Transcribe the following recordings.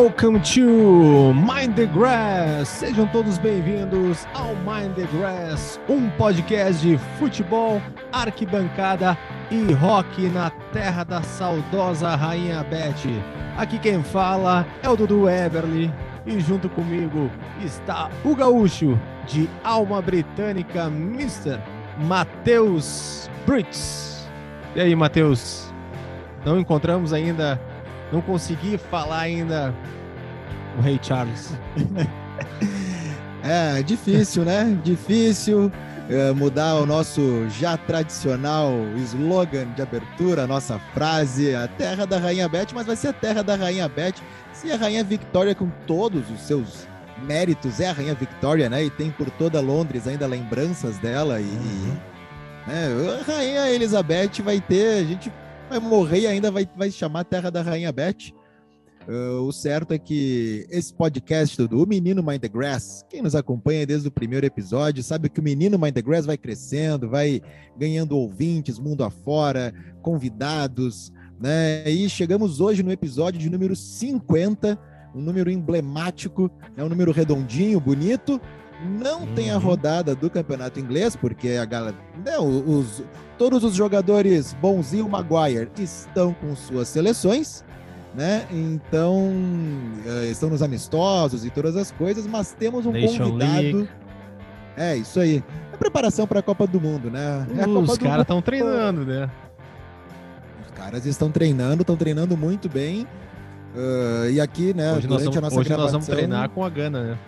Welcome to Mind the Grass! Sejam todos bem-vindos ao Mind the Grass, um podcast de futebol, arquibancada e rock na terra da saudosa Rainha Beth. Aqui quem fala é o Dudu Everly e junto comigo está o gaúcho de alma britânica, Mr. Matheus Brits. E aí, Matheus? Não encontramos ainda... Não consegui falar ainda o Rei Charles. É difícil, né? Difícil mudar o nosso já tradicional slogan de abertura, a nossa frase, a terra da Rainha Beth, mas vai ser a terra da Rainha Beth. Se a Rainha Victoria, com todos os seus méritos, é a Rainha Victoria, né? E tem por toda Londres ainda lembranças dela. A Rainha Elizabeth vai ter... A gente vai morrer e ainda vai chamar Terra da Rainha Beth. O certo é que esse podcast do Menino Mind the Grass, quem nos acompanha desde o primeiro episódio, sabe que o Menino Mind the Grass vai crescendo, vai ganhando ouvintes, mundo afora, convidados, né? E chegamos hoje no episódio de número 50, um número emblemático, um número redondinho, bonito. Não tem a rodada do campeonato inglês, porque a galera, todos os jogadores bonzinho Maguire estão com suas seleções, né? Então estão nos amistosos e todas as coisas, mas temos um convidado. League. É isso aí. É preparação para a Copa do Mundo, né? Os caras estão treinando, né? Os caras estão treinando muito bem. E aqui, né? Hoje durante a nossa hoje gravação, nós vamos treinar com a Gana, né?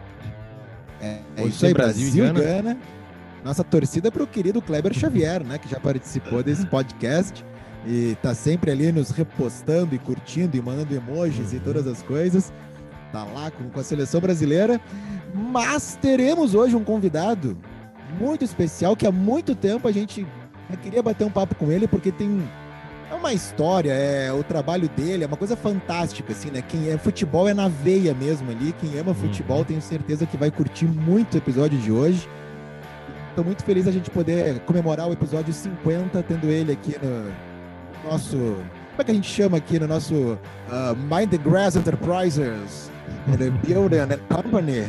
É isso aí, Brasil e Gana. Nossa torcida é para o querido Kleber Xavier, né, que já participou desse podcast e tá sempre ali nos repostando e curtindo e mandando emojis e todas as coisas. Tá lá com a seleção brasileira. Mas teremos hoje um convidado muito especial que há muito tempo a gente queria bater um papo com ele, porque é uma história, o trabalho dele é uma coisa fantástica, assim, né? Quem é futebol é na veia mesmo ali. Quem ama futebol, tenho certeza que vai curtir muito o episódio de hoje. Estou muito feliz a gente poder comemorar o episódio 50, tendo ele aqui no nosso... Como é que a gente chama aqui no nosso Mind the Grass Enterprises, the Building and Company?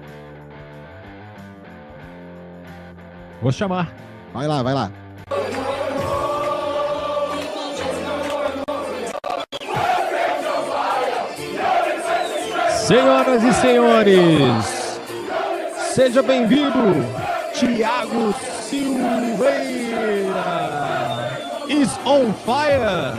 Vou chamar. Vai lá. Senhoras e senhores, seja bem-vindo, Thiago Silveira is on fire.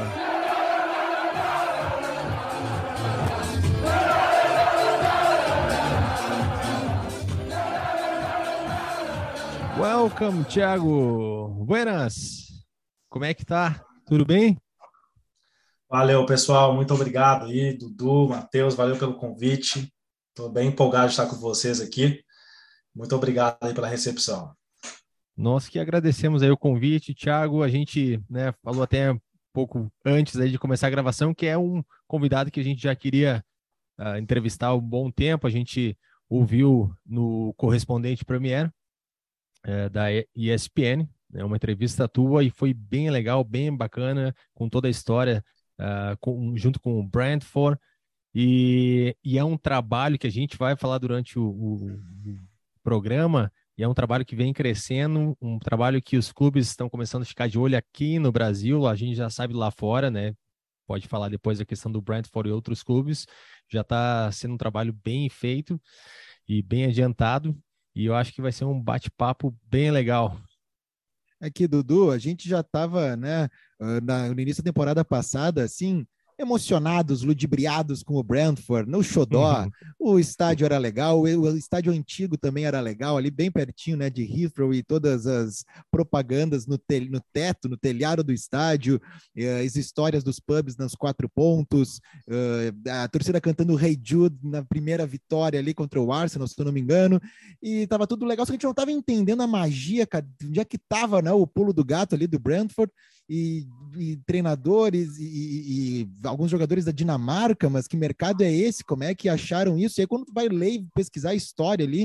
Welcome, Thiago. Buenas. Como é que tá? Tudo bem? Valeu, pessoal. Muito obrigado aí, Dudu, Matheus, valeu pelo convite. Estou bem empolgado de estar com vocês aqui. Muito obrigado aí pela recepção. Nós que agradecemos aí o convite, Thiago. A gente, né, falou até um pouco antes aí de começar a gravação que é um convidado que a gente já queria entrevistar há um bom tempo. A gente ouviu no Correspondente Premier da ESPN, né, uma entrevista tua, e foi bem legal, bem bacana, com toda a história junto com o Brentford, e é um trabalho que a gente vai falar durante o programa, e é um trabalho que vem crescendo, um trabalho que os clubes estão começando a ficar de olho aqui no Brasil, a gente já sabe lá fora, né? Pode falar depois da questão do Brentford e outros clubes, já está sendo um trabalho bem feito e bem adiantado, e eu acho que vai ser um bate-papo bem legal. Aqui, Dudu, a gente já estava, né, no início da temporada passada, assim, emocionados, ludibriados com o Brentford, no xodó. O estádio era legal, o estádio antigo também era legal, ali bem pertinho, né, de Heathrow, e todas as propagandas no teto, no telhado do estádio, as histórias dos pubs nos 4 pontos, a torcida cantando Hey Jude na primeira vitória ali contra o Arsenal, se eu não me engano, e tava tudo legal, só que a gente não tava entendendo a magia, onde é que tava, né, o pulo do gato ali do Brentford, e treinadores e alguns jogadores da Dinamarca, mas que mercado é esse? Como é que acharam isso? E aí quando tu vai ler e pesquisar a história ali,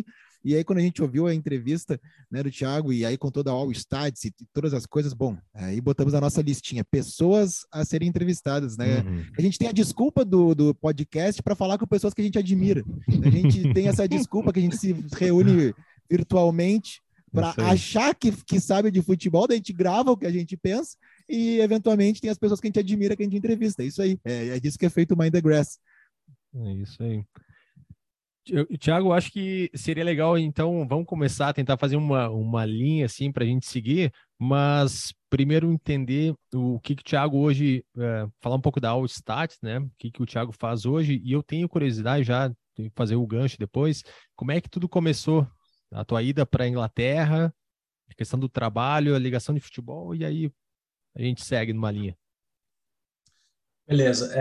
E aí, quando a gente ouviu a entrevista, né, do Thiago, e aí com toda a All Stats e todas as coisas, bom, aí botamos a nossa listinha, pessoas a serem entrevistadas, né? Uhum. A gente tem a desculpa do podcast para falar com pessoas que a gente admira. A gente tem essa desculpa que a gente se reúne virtualmente para achar que sabe de futebol, daí a gente grava o que a gente pensa e, eventualmente, tem as pessoas que a gente admira, que a gente entrevista. É isso aí. É disso que é feito o Mind the Grass. É isso aí. Tiago, acho que seria legal, então, vamos começar a tentar fazer uma linha, assim, para a gente seguir, mas primeiro entender o que o Thiago hoje, falar um pouco da All Stats, né? O que o Thiago faz hoje, e eu tenho curiosidade já de fazer o gancho depois, como é que tudo começou? A tua ida para a Inglaterra, a questão do trabalho, a ligação de futebol, e aí a gente segue numa linha. Beleza.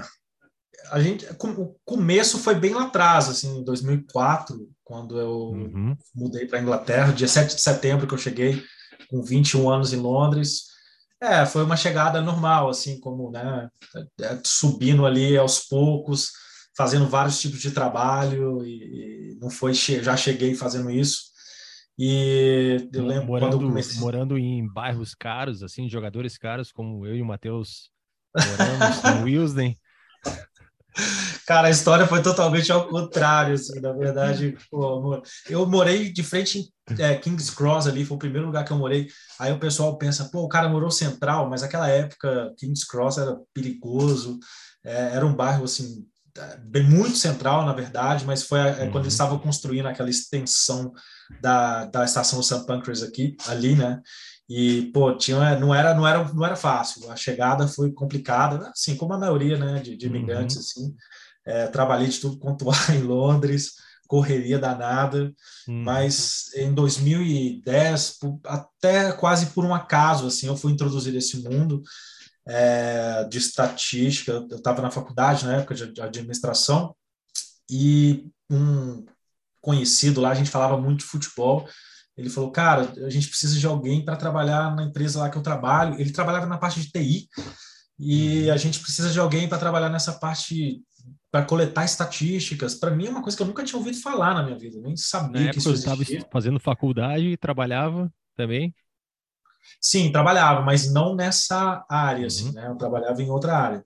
O começo foi bem lá atrás, assim, em 2004, quando eu mudei para a Inglaterra, dia 7 de setembro que eu cheguei, com 21 anos em Londres. Foi uma chegada normal, assim, como, né, subindo ali aos poucos, fazendo vários tipos de trabalho, e não foi, já cheguei fazendo isso. E eu lembro quando eu comecei... Morando em bairros caros, assim, jogadores caros, como eu e o Matheus moramos, no Willesden. Cara, a história foi totalmente ao contrário, assim, na verdade, pô, eu morei de frente em King's Cross ali, foi o primeiro lugar que eu morei, aí o pessoal pensa, pô, o cara morou central, mas naquela época King's Cross era perigoso, era um bairro, assim, muito central, na verdade, mas foi quando eles estavam construindo aquela extensão da estação St. Pancras ali, né, e, pô, não era fácil, a chegada foi complicada, assim, como a maioria, né, de imigrantes, assim. Trabalhei de tudo quanto há em Londres, correria danada, mas em 2010, até quase por um acaso, assim, eu fui introduzido a esse mundo de estatística. Eu estava na faculdade na época de administração, e um conhecido lá, a gente falava muito de futebol. Ele falou, cara, a gente precisa de alguém para trabalhar na empresa lá que eu trabalho. Ele trabalhava na parte de TI, e a gente precisa de alguém para trabalhar nessa parte, para coletar estatísticas. Para mim é uma coisa que eu nunca tinha ouvido falar na minha vida, eu nem Na sabia que época isso eu estava existia. fazendo faculdade e trabalhava também. Sim, trabalhava, mas não nessa área, assim, né? Eu trabalhava em outra área.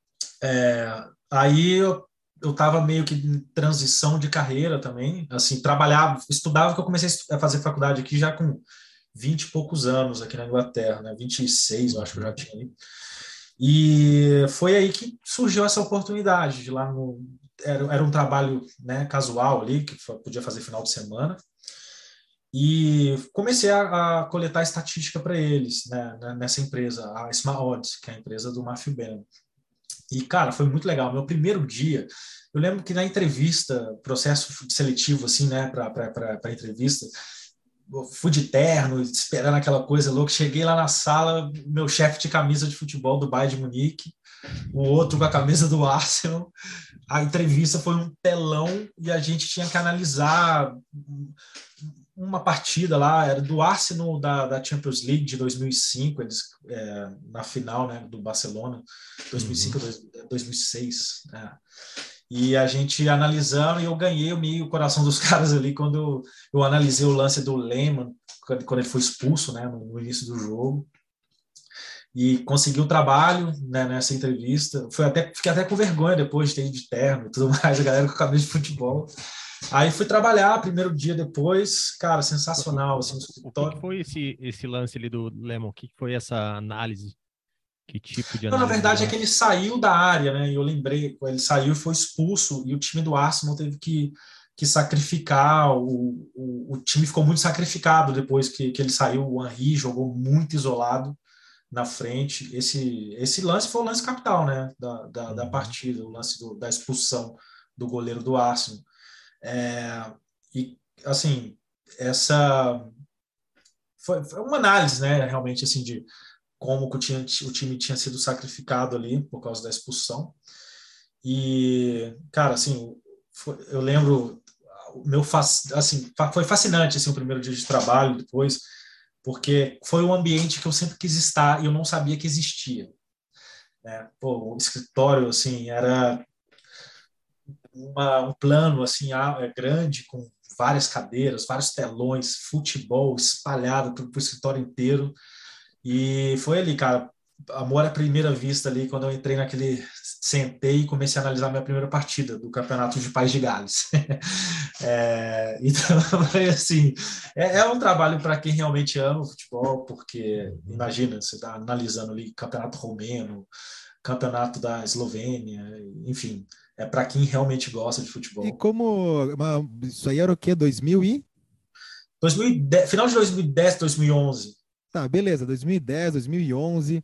Aí eu estava meio que em transição de carreira também, assim, trabalhava, estudava, que eu comecei a fazer faculdade aqui já com 20 e poucos anos aqui na Inglaterra, né? 26, eu acho que eu já tinha. E foi aí que surgiu essa oportunidade de lá era um trabalho, né, casual ali, que podia fazer final de semana. E comecei a coletar estatística para eles, né, nessa empresa, a Smart Odds, que é a empresa do Matthew Benham. E, cara, foi muito legal. Meu primeiro dia, eu lembro que na entrevista, processo seletivo, assim, né, para entrevista, eu fui de terno, esperando aquela coisa louca. Cheguei lá na sala, meu chefe de camisa de futebol do Bayern de Munique, o outro com a camisa do Arsenal. A entrevista foi um telão e a gente tinha que analisar uma partida lá, era do Arsenal da Champions League de 2005, eles, na final, né, do Barcelona, 2005 2006, né? E a gente analisando, e eu ganhei o coração dos caras ali quando eu analisei o lance do Lehmann, quando ele foi expulso, né, no início do jogo. E consegui o trabalho, né, nessa entrevista. Fiquei até com vergonha depois de ter ido de terno e tudo mais, a galera com camisa de futebol. Aí fui trabalhar, primeiro dia depois, cara, sensacional. Assim, o que foi esse lance ali do Lemon? O que foi essa análise? Que tipo de Não, na análise verdade ele é que ele saiu da área, né? E eu lembrei, ele saiu e foi expulso, e o time do Arsenal teve que sacrificar. O time ficou muito sacrificado depois que ele saiu. O Henry jogou muito isolado na frente. Esse lance foi o lance capital, né? Da partida, o lance da expulsão do goleiro do Arsenal. E, assim, essa foi uma análise, né? Realmente, assim, de como que o time tinha sido sacrificado ali por causa da expulsão. E, cara, assim, eu lembro, assim, foi fascinante assim, o primeiro dia de trabalho depois, porque foi um ambiente que eu sempre quis estar e eu não sabia que existia, né? Pô, o escritório, assim, era um plano assim grande com várias cadeiras, vários telões, futebol espalhado para o escritório inteiro. E foi ali, cara, amor à primeira vista ali, quando eu entrei sentei e comecei a analisar minha primeira partida do Campeonato de País de Gales. Então, assim, é um trabalho para quem realmente ama o futebol, porque imagina, você está analisando ali Campeonato Romeno, Campeonato da Eslovênia, enfim, é para quem realmente gosta de E futebol. isso aí era o quê? 2000 e? 2010, final de 2010, 2011. Tá, beleza, 2010, 2011,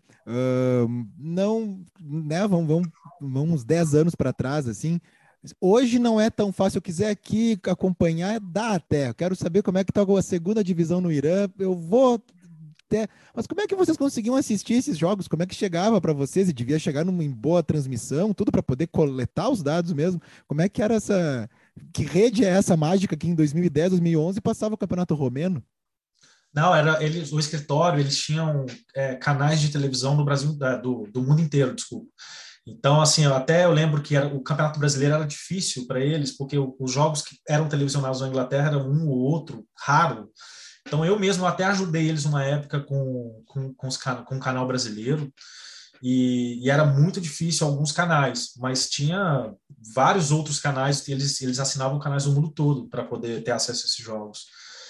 não, né, vamos uns 10 anos para trás, assim. Hoje não é tão fácil. Eu quiser aqui acompanhar, dá até. Eu quero saber como é que tá a segunda divisão no Irã. Eu vou até. Mas como é que vocês conseguiam assistir esses jogos? Como é que chegava para vocês? E devia chegar em boa transmissão, tudo para poder coletar os dados mesmo. Como é que era essa. Que rede é essa mágica que em 2010, 2011 passava o Campeonato Romeno? Não, o escritório, eles tinham canais de televisão no Brasil, do mundo inteiro, desculpa. Então, assim, eu lembro que o Campeonato Brasileiro era difícil para eles, porque os jogos que eram televisionados na Inglaterra eram um ou outro, raro. Então, eu mesmo até ajudei eles uma época com o canal brasileiro, e era muito difícil alguns canais, mas tinha vários outros canais que eles assinavam canais do mundo todo para poder ter acesso a esses jogos.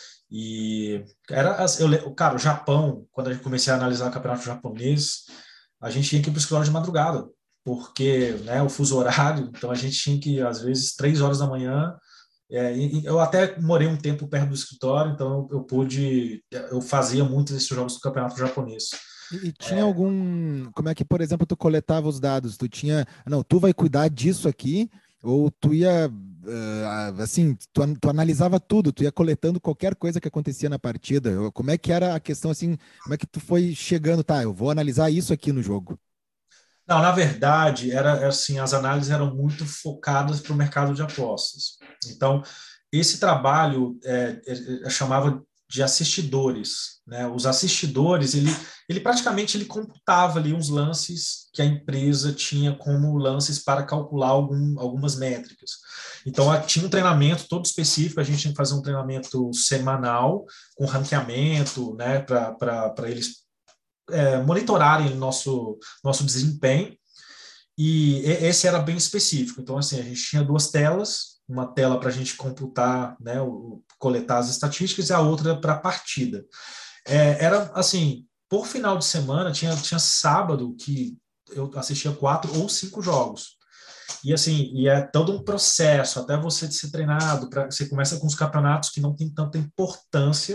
E cara, o Japão, quando eu comecei a analisar o campeonato japonês, a gente tinha que ir para o escritório de madrugada, porque, né, o fuso horário, então a gente tinha que, às vezes, 3 horas da manhã. E eu até morei um tempo perto do escritório, então eu fazia muitos desses jogos do campeonato japonês. E tinha algum. Como é que, por exemplo, tu coletava os dados? Tu tinha. Não, tu vai cuidar disso aqui, ou tu ia. Assim, tu analisava tudo, tu ia coletando qualquer coisa que acontecia na partida. Como é que era a questão assim? Como é que tu foi chegando? Tá, eu vou analisar isso aqui no jogo. Não, na verdade, era assim, as análises eram muito focadas para o mercado de apostas. Então, esse trabalho chamava de assistidores, né? Os assistidores, ele praticamente ele computava ali uns lances que a empresa tinha como lances para calcular algumas métricas. Então, tinha um treinamento todo específico, a gente tinha que fazer um treinamento semanal com ranqueamento, né, para eles monitorarem nosso desempenho, e esse era bem específico. Então, assim, a gente tinha duas telas, uma tela para a gente computar, né, coletar as estatísticas, e a outra para a partida. Era assim, por final de semana, tinha sábado que eu assistia 4 ou 5 jogos. E assim, é todo um processo até você ser treinado. Você começa com os campeonatos que não tem tanta importância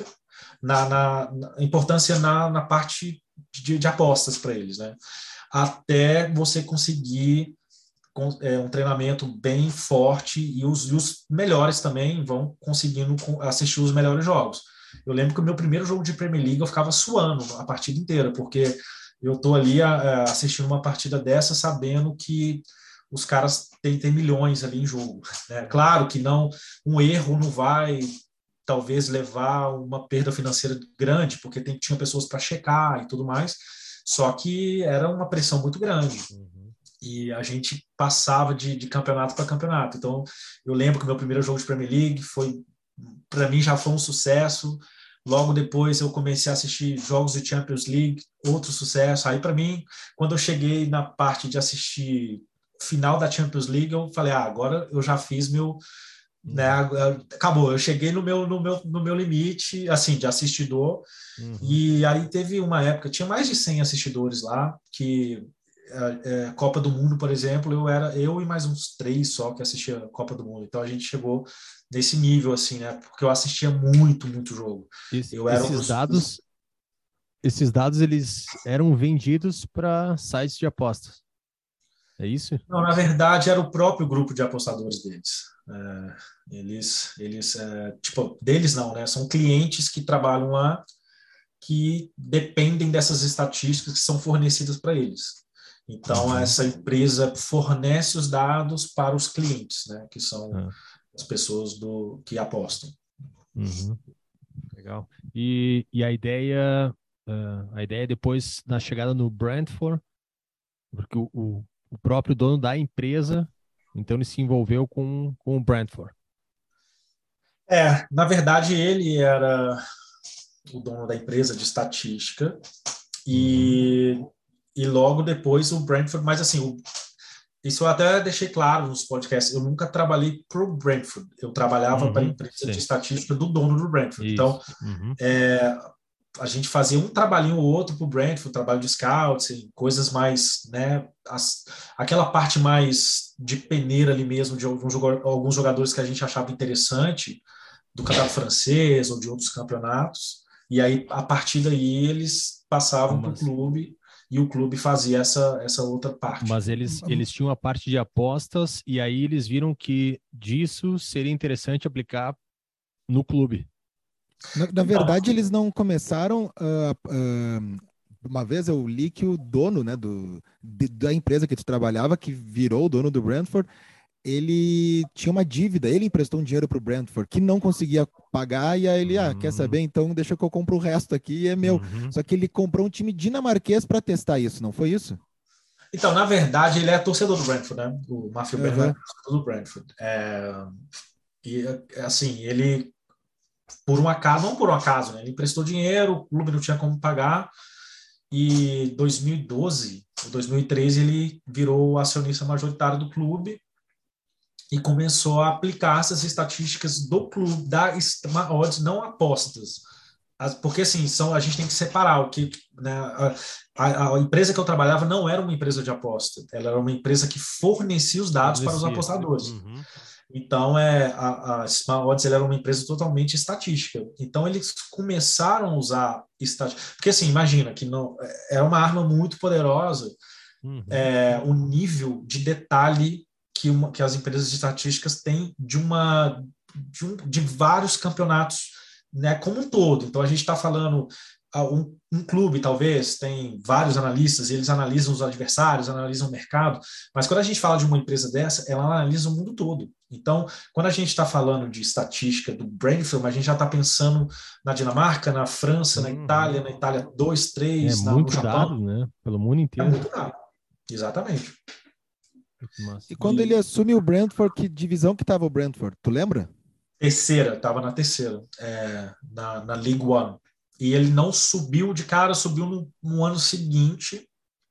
na parte de apostas para eles, né? Até você conseguir um treinamento bem forte, e os melhores também vão conseguindo assistir os melhores jogos. Eu lembro que o meu primeiro jogo de Premier League eu ficava suando a partida inteira, porque eu estou ali assistindo uma partida dessa sabendo que os caras têm milhões ali em jogo, né? Claro que não, um erro não vai talvez levar uma perda financeira grande, porque tinha pessoas para checar e tudo mais, só que era uma pressão muito grande. E a gente passava de campeonato para campeonato. Então, eu lembro que o meu primeiro jogo de Premier League para mim, já foi um sucesso. Logo depois, eu comecei a assistir jogos de Champions League, outro sucesso. Aí, para mim, quando eu cheguei na parte de assistir final da Champions League, eu falei, agora eu já fiz meu, né, acabou. Eu cheguei no meu limite, assim, de assistidor. E aí teve uma época, tinha mais de 100 assistidores lá, que Copa do Mundo, por exemplo, eu e mais uns 3 só que assistia a Copa do Mundo. Então a gente chegou nesse nível, assim, né? Porque eu assistia muito, muito jogo. Eu era esses dados eles eram vendidos para sites de apostas. É isso? Não, na verdade, era o próprio grupo de apostadores deles. Tipo, deles não, né? São clientes que trabalham lá, que dependem dessas estatísticas que são fornecidas para eles. Então, essa empresa fornece os dados para os clientes, né? Que são as pessoas que apostam. Legal. E a ideia depois, na chegada no Brentford, porque o próprio dono da empresa Então ele se envolveu com o Brentford. Na verdade, ele era o dono da empresa de estatística e logo depois o Brentford, mas assim, isso eu até deixei claro nos podcasts, eu nunca trabalhei para o Brentford, eu trabalhava para a empresa de estatística do dono do Brentford. Então, a gente fazia um trabalhinho ou outro para o Brentford, trabalho de scouting, coisas mais, né, aquela parte mais de peneira ali mesmo, de alguns jogadores que a gente achava interessante, do campeonato francês ou de outros campeonatos, e aí, a partir daí, eles passavam para o clube e o clube fazia essa outra parte. Mas eles tinham a parte de apostas e aí eles viram que disso seria interessante aplicar no clube. Na verdade, eles não começaram. Uma vez eu li que o dono, né, da empresa que tu trabalhava, que virou o dono do Brentford, ele tinha uma dívida. Ele emprestou um dinheiro para o Brentford que não conseguia pagar. E aí ele, quer saber? Então deixa que eu compro o resto aqui e é meu. Só que ele comprou um time dinamarquês para testar isso, não foi isso? Então, na verdade, ele é torcedor do Brentford, né? O Matthew Bernard é torcedor do Brentford. E assim, ele por um acaso, não por um acaso, né? Ele emprestou dinheiro, o clube não tinha como pagar, e em 2012, ou 2013, ele virou o acionista majoritário do clube e começou a aplicar essas estatísticas do clube, da odds, não apostas. Porque assim, a gente tem que separar o que, né, a empresa que eu trabalhava não era uma empresa de aposta, ela era uma empresa que fornecia os dados para os apostadores. Então, a Smart Odds era uma empresa totalmente estatística. Então, eles começaram a usar estatística. Porque, assim, imagina que é uma arma muito poderosa, o nível de detalhe que as empresas de estatísticas têm de vários campeonatos, né, como um todo. Então, a gente está falando... Um clube, talvez, tem vários analistas, e eles analisam os adversários, analisam o mercado, mas quando a gente fala de uma empresa dessa, ela analisa o mundo todo. Então, quando a gente está falando de estatística do Brentford, a gente já está pensando na Dinamarca, na França, na Itália 2, 3, no Japão. Dado, né? Pelo mundo inteiro. É muito dado. Exatamente. E quando ele assume o Brentford, que divisão que estava o Brentford? Tu lembra? Estava na terceira, na League One. E ele não subiu de cara, subiu no ano seguinte,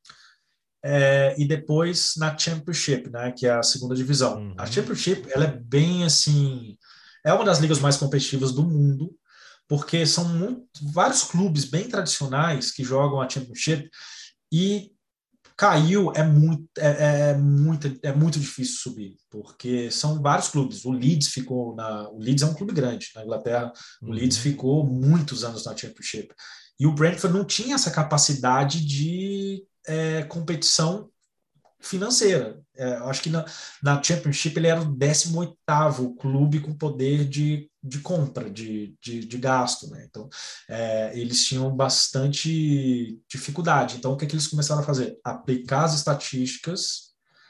e depois na Championship, né, que é a segunda divisão. A Championship, ela é bem assim, é uma das ligas mais competitivas do mundo, porque são vários clubes bem tradicionais que jogam a Championship, e caiu, é muito difícil subir, porque são vários clubes. O Leeds é um clube grande na Inglaterra, o Leeds ficou muitos anos na Championship, e o Brentford não tinha essa capacidade de competição financeira. Eu acho que na Championship ele era o 18º clube com poder de compra, de gasto, né? Então, eles tinham bastante dificuldade. Então, o que eles começaram a fazer? Aplicar as estatísticas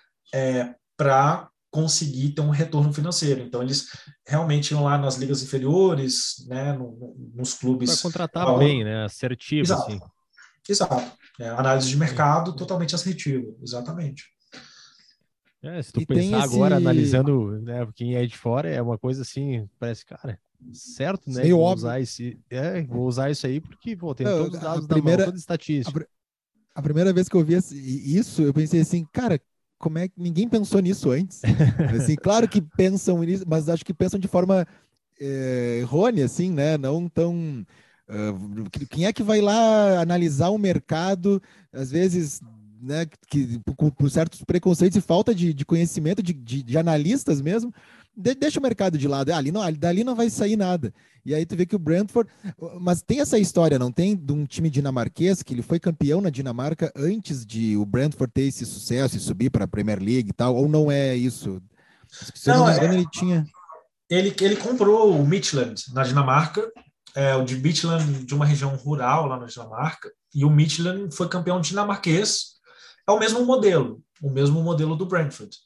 para conseguir ter um retorno financeiro. Então, eles realmente iam lá nas ligas inferiores, né, nos clubes... Para contratar bem, né? Assertivo, Exato. assim. Exato. Análise de mercado totalmente assertiva, exatamente. Se tu pensar agora, analisando, né, quem é de fora, é uma coisa assim, parece, cara, certo, né? Meio óbvio. Vou usar isso aí porque tem todos os dados da mão, toda estatística. A primeira vez que eu vi isso, eu pensei assim, cara, como é que ninguém pensou nisso antes? Assim, claro que pensam nisso, mas acho que pensam de forma errônea, assim, né? Não tão... quem é que vai lá analisar o mercado, às vezes, né, por certos preconceitos e falta de conhecimento de analistas mesmo, deixa o mercado de lado, dali não vai sair nada. E aí tu vê que o Brentford, mas tem essa história, não tem, de um time dinamarquês que ele foi campeão na Dinamarca antes de o Brentford ter esse sucesso e subir para a Premier League e tal, ou não é isso? Se eu não me engano, ele tinha... Ele comprou o Midtjylland na Dinamarca, o de Midtjylland, de uma região rural lá na Dinamarca, e o Midtjylland foi campeão dinamarquês. É o mesmo modelo do Brentford.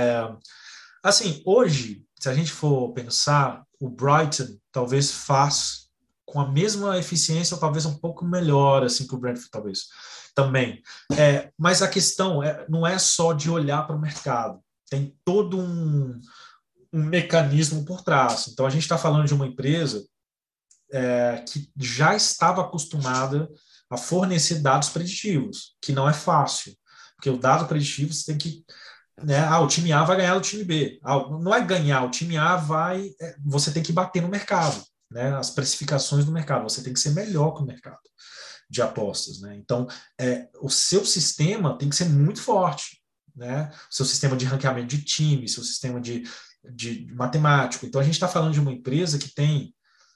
Assim, hoje, se a gente for pensar, o Brighton talvez faz com a mesma eficiência, ou talvez um pouco melhor, assim, que o Brentford, talvez, também. Mas a questão não é só de olhar para o mercado. tem todo um mecanismo por trás. Então, a gente está falando de uma empresa que já estava acostumada a fornecer dados preditivos, que não é fácil, porque o dado preditivo você tem que, né, o time A vai ganhar do time B. Não é ganhar, o time A você tem que bater no mercado, né, as precificações do mercado, você tem que ser melhor que o mercado de apostas, né? Então, o seu sistema tem que ser muito forte, né? O seu sistema de ranqueamento de time, seu sistema de matemático. Então, a gente está falando de uma empresa que tem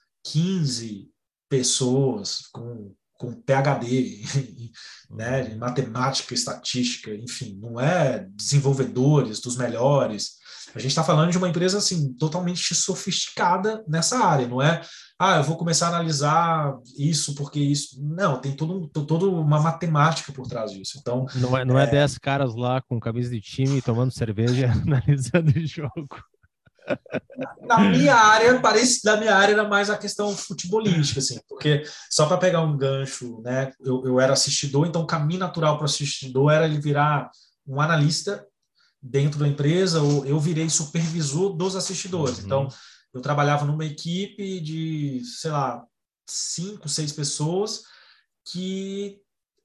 15 pessoas com PhD, né, em matemática, estatística, enfim, não é desenvolvedores dos melhores. A gente está falando de uma empresa assim totalmente sofisticada nessa área, não é? Eu vou começar a analisar isso porque isso. Não, tem toda uma matemática por trás disso. Então, não é 10 caras lá com camisa de time tomando cerveja analisando o jogo. Na minha área, da minha área era mais a questão futebolística, assim, porque só para pegar um gancho, né? Eu era assistidor, então o caminho natural para o assistidor era ele virar um analista dentro da empresa, ou eu virei supervisor dos assistidores. Então, eu trabalhava numa equipe de, sei lá, 5, 6 pessoas que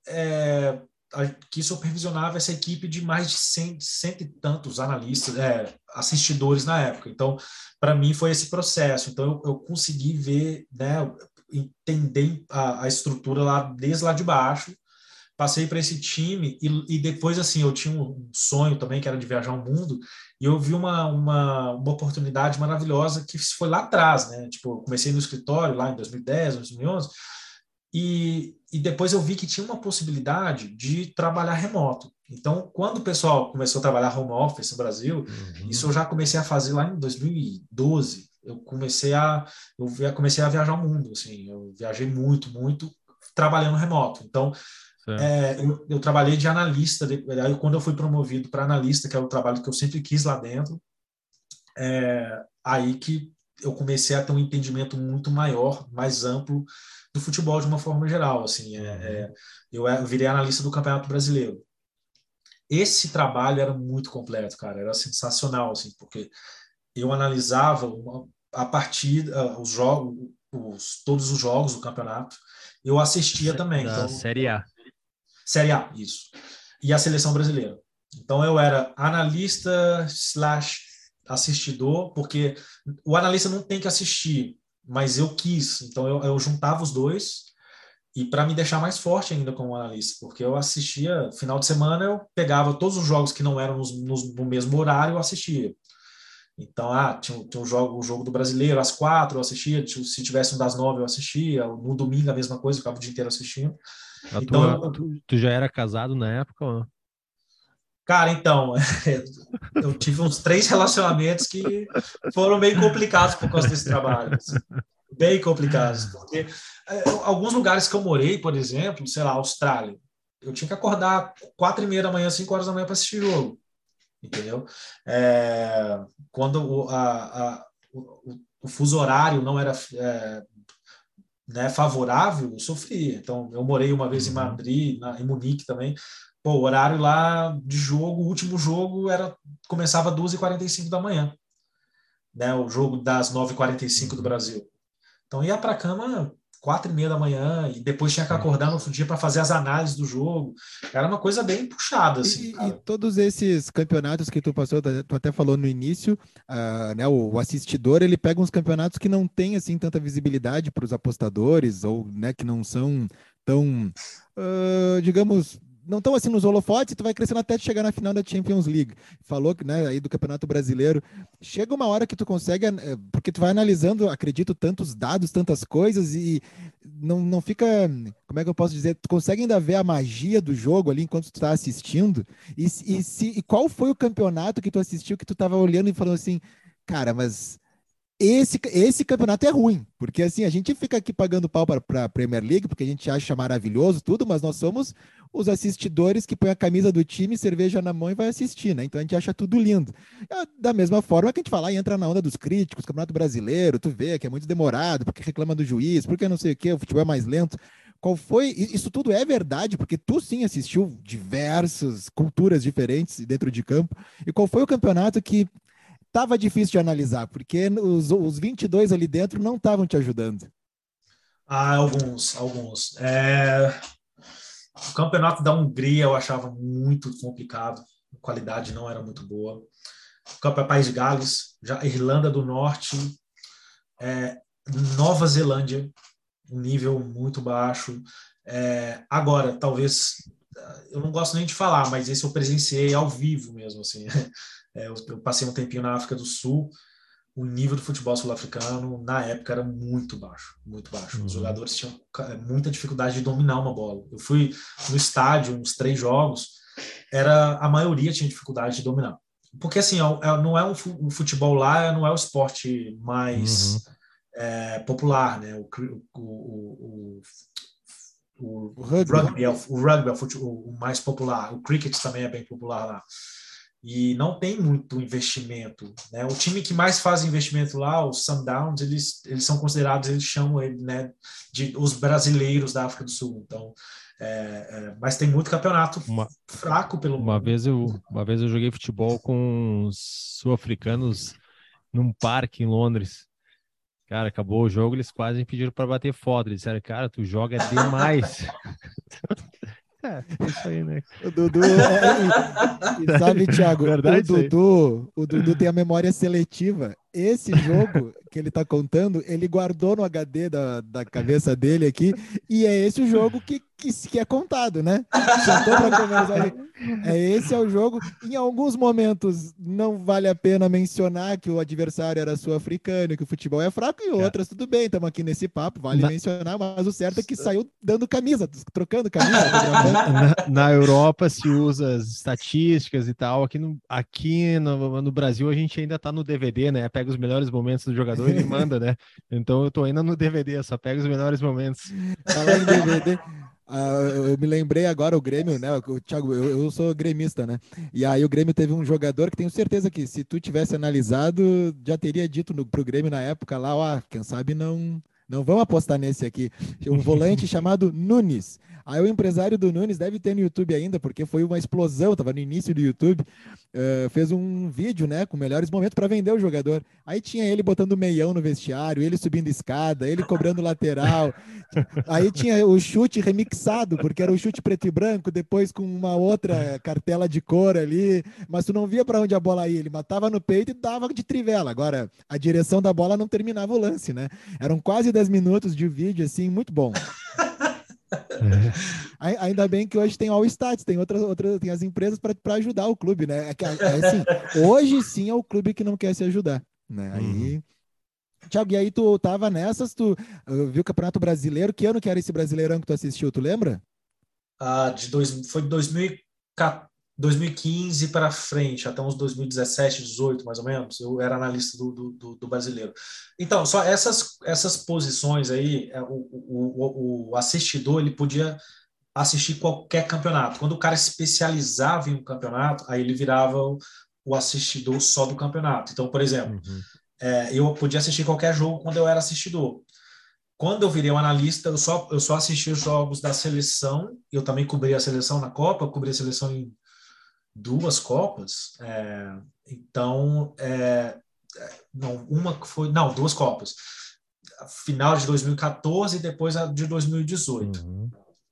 supervisionava essa equipe de mais de 100 e tantos analistas, assistidores na época. Então, para mim, foi esse processo. Então, eu consegui ver, né, entender a estrutura desde lá de baixo, passei para esse time e depois, assim, eu tinha um sonho também, que era de viajar o mundo, e eu vi uma oportunidade maravilhosa que foi lá atrás, né? Tipo, eu comecei no escritório lá em 2010, 2011, e depois eu vi que tinha uma possibilidade de trabalhar remoto. Então, quando o pessoal começou a trabalhar home office no Brasil, isso eu já comecei a fazer lá em 2012. Eu comecei a viajar o mundo, assim, eu viajei muito, muito trabalhando remoto. Então, eu trabalhei de analista, aí quando eu fui promovido para analista, que é o trabalho que eu sempre quis lá dentro, aí que eu comecei a ter um entendimento muito maior, mais amplo do futebol de uma forma geral. Assim, eu virei analista do Campeonato Brasileiro. Esse trabalho era muito completo, cara, era sensacional, assim, porque eu analisava a partida, os jogos, todos os jogos do campeonato, eu assistia também. Da então, Série A. Série A, isso. E a seleção brasileira. Então eu era analista / assistidor, porque o analista não tem que assistir, mas eu quis. Então eu juntava os dois, e para me deixar mais forte ainda como analista, porque eu assistia, final de semana eu pegava todos os jogos que não eram no mesmo horário, eu assistia. Então, tinha o jogo do Brasileiro às 4, eu assistia, se tivesse um das 9 eu assistia, no domingo a mesma coisa, eu ficava o dia inteiro assistindo. Então, tu já era casado na época? Ou? Cara, então, eu tive uns 3 relacionamentos que foram meio complicados por causa desse trabalho. Assim, bem complicados. Porque alguns lugares que eu morei, por exemplo, sei lá, Austrália, eu tinha que acordar 4h30 da manhã, 5 horas da manhã para assistir jogo. Entendeu? Quando o fuso horário não era né, favorável, eu sofria. Então, eu morei uma vez em Madrid, em Munique também. Pô, o horário lá de jogo, o último jogo começava às 2h45 da manhã, né? O jogo das 9h45 do Brasil. Então ia para a cama 4h30 da manhã e depois tinha que acordar no outro dia para fazer as análises do jogo. Era uma coisa bem puxada, assim. E todos esses campeonatos que tu passou, tu até falou no início, né, o assistidor, ele pega uns campeonatos que não tem assim tanta visibilidade para os apostadores, ou né, que não são tão, digamos, não estão assim nos holofotes, tu vai crescendo até chegar na final da Champions League. Falou que, né, aí do Campeonato Brasileiro. Chega uma hora que tu consegue, porque tu vai analisando, acredito, tantos dados, tantas coisas, e não fica, como é que eu posso dizer, tu consegue ainda ver a magia do jogo ali enquanto tu tá assistindo, e qual foi o campeonato que tu assistiu que tu tava olhando e falando assim, cara, mas esse campeonato é ruim, porque assim, a gente fica aqui pagando pau para a Premier League, porque a gente acha maravilhoso tudo, mas nós somos os assistidores que põem a camisa do time, cerveja na mão e vai assistir, né? Então a gente acha tudo lindo. Da mesma forma que a gente fala e entra na onda dos críticos, Campeonato Brasileiro, tu vê que é muito demorado, porque reclama do juiz, porque não sei o quê, o futebol é mais lento. qual foi, isso tudo é verdade, porque tu sim assistiu diversas culturas diferentes dentro de campo, e qual foi o campeonato que estava difícil de analisar, porque os 22 ali dentro não estavam te ajudando? Alguns. O campeonato da Hungria eu achava muito complicado, a qualidade não era muito boa. O campeonato País de Gales, já Irlanda do Norte, é, Nova Zelândia, um nível muito baixo. Agora, talvez, eu não gosto nem de falar, mas esse eu presenciei ao vivo mesmo, assim. Eu passei um tempinho na África do Sul, o nível do futebol sul-africano, na época, era muito baixo, muito baixo. Os jogadores tinham muita dificuldade de dominar uma bola. Eu fui no estádio, uns 3 jogos, a maioria tinha dificuldade de dominar. Porque, assim, não é o futebol lá, não é o esporte mais popular, né? O rugby é o mais popular. O cricket também é bem popular lá. E não tem muito investimento, né? O time que mais faz investimento lá, os Sundowns, eles são considerados, eles chamam ele, né, de os brasileiros da África do Sul. Então, mas tem muito campeonato fraco pelo mundo. Uma vez eu joguei futebol com os sul-africanos num parque em Londres. Cara, acabou o jogo, eles quase me pediram para bater foto. Eles disseram, cara, tu joga demais. Isso aí, né? O Dudu, e sabe, Thiago, o Dudu tem a memória seletiva. Esse jogo que ele tá contando, ele guardou no HD da cabeça dele aqui, e é esse o jogo que é contado, né? Sentou pra conversar. Esse é o jogo. Em alguns momentos não vale a pena mencionar que o adversário era sul-africano, que o futebol é fraco, e outras, tudo bem, estamos aqui nesse papo, vale mencionar, mas o certo é que saiu dando camisa, trocando camisa. Na Europa se usa as estatísticas e tal, aqui no Brasil a gente ainda tá no DVD, né? Pega os melhores momentos do jogador e manda, né? Então eu tô ainda no DVD, só pega os melhores momentos. Falar em DVD, eu me lembrei agora o Grêmio, né? O Thiago, eu sou gremista, né? E aí o Grêmio teve um jogador que tenho certeza que se tu tivesse analisado, já teria dito pro Grêmio na época lá, ó, quem sabe não vamos apostar nesse aqui. Um volante chamado Nunes. Aí o empresário do Nunes deve ter no YouTube ainda, porque foi uma explosão, estava no início do YouTube, fez um vídeo, né, com melhores momentos para vender o jogador. Aí tinha ele botando meião no vestiário, ele subindo escada, ele cobrando lateral. Aí tinha o chute remixado, porque era o chute preto e branco, depois com uma outra cartela de cor ali, mas tu não via para onde a bola ia, ele matava no peito e dava de trivela. Agora, a direção da bola não terminava o lance, né? Eram quase 10 minutos de vídeo, assim, muito bom. Ainda bem que hoje tem All Stats, tem tem as empresas para ajudar o clube, né? Assim, hoje sim é o clube que não quer se ajudar, né? Aí, Thiago, e aí tu tava nessas, tu viu o Campeonato Brasileiro, que ano que era esse Brasileirão que tu assistiu, tu lembra? Foi de 2015 para frente, até uns 2017, 2018, mais ou menos, eu era analista do brasileiro. Então, só essas posições aí, o assistidor, ele podia assistir qualquer campeonato. Quando o cara especializava em um campeonato, aí ele virava o assistidor só do campeonato. Então, por exemplo, eu podia assistir qualquer jogo quando eu era assistidor. Quando eu virei um analista, eu só assisti os jogos da seleção, eu também cobri a seleção na Copa, eu cobri a seleção em 2 Copas, então, não, 2 Copas, a final de 2014 e depois a de 2018.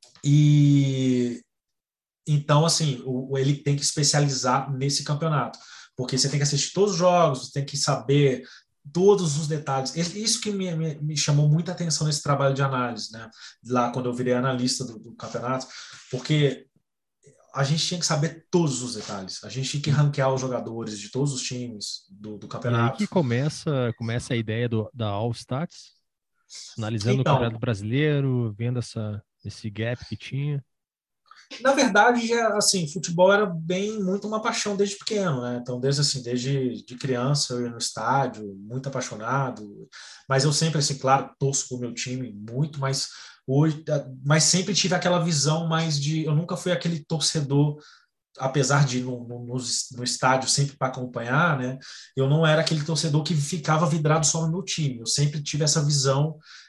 E então, assim, ele tem que especializar nesse campeonato, porque você tem que assistir todos os jogos, você tem que saber todos os detalhes. Isso que me chamou muita atenção nesse trabalho de análise, né? Lá quando eu virei analista do campeonato, porque a gente tinha que saber todos os detalhes. A gente tinha que ranquear os jogadores de todos os times do campeonato. E aí que começa a ideia da All Stats, analisando o Campeonato Brasileiro, vendo esse gap que tinha. Na verdade, assim, futebol era muito uma paixão desde pequeno, né? Então, desde de criança, eu ia no estádio, muito apaixonado. Mas eu sempre, assim, claro, torço pro meu time muito, mas sempre tive aquela visão mais de... Eu nunca fui aquele torcedor, apesar de ir no estádio sempre para acompanhar, né? Eu não era aquele torcedor que ficava vidrado só no meu time. Eu sempre tive essa visão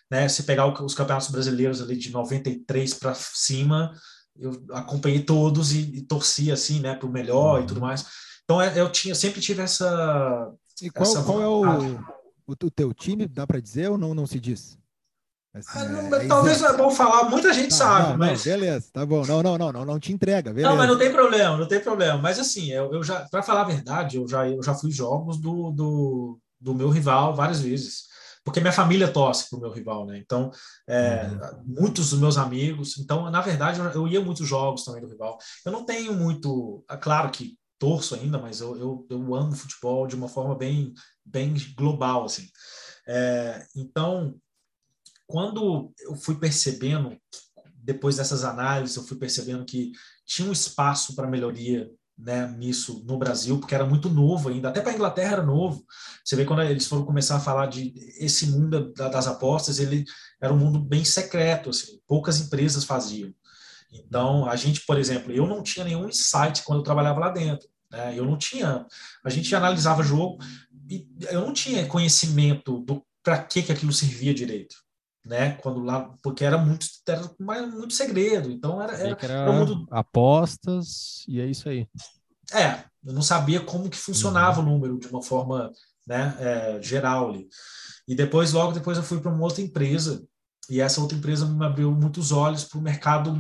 né? Se pegar os campeonatos brasileiros ali de 93 para cima, eu acompanhei todos e torci assim, né, para o melhor e tudo mais. Então sempre tive E essa qual é vontade. o teu time, dá para dizer ou não se diz? Assim, Talvez não é isento. bom falar, muita gente Tá, sabe, não, mas beleza, tá bom. Não te entrega, não, mas não beleza. tem problema, não tem problema. Mas assim, eu já, para falar a verdade, eu já fui jogos do meu rival várias vezes, porque minha família torce pro meu rival, né? Então, muitos dos meus amigos. Então, na verdade, eu ia muitos jogos também do rival. Eu não tenho muito, é claro que torço ainda, mas eu amo futebol de uma forma bem global, assim. Então, quando eu fui percebendo, depois dessas análises, eu fui percebendo que tinha um espaço para melhoria, né, nisso no Brasil, porque era muito novo ainda, até para a Inglaterra era novo. Você vê quando eles foram começar a falar de esse mundo das apostas, ele era um mundo bem secreto, assim, poucas empresas faziam. Então, a gente, por exemplo, eu não tinha nenhum insight quando eu trabalhava lá dentro, né? Eu não tinha, a gente analisava jogo e eu não tinha conhecimento do para que aquilo servia direito, né? Quando lá, porque era muito segredo. Então Sabia que era um era mundo. apostas e é isso aí. Eu não sabia como que funcionava Uhum. o número de uma forma, né, geral ali. E depois, logo depois, eu fui para uma outra empresa e essa outra empresa me abriu muitos olhos para o mercado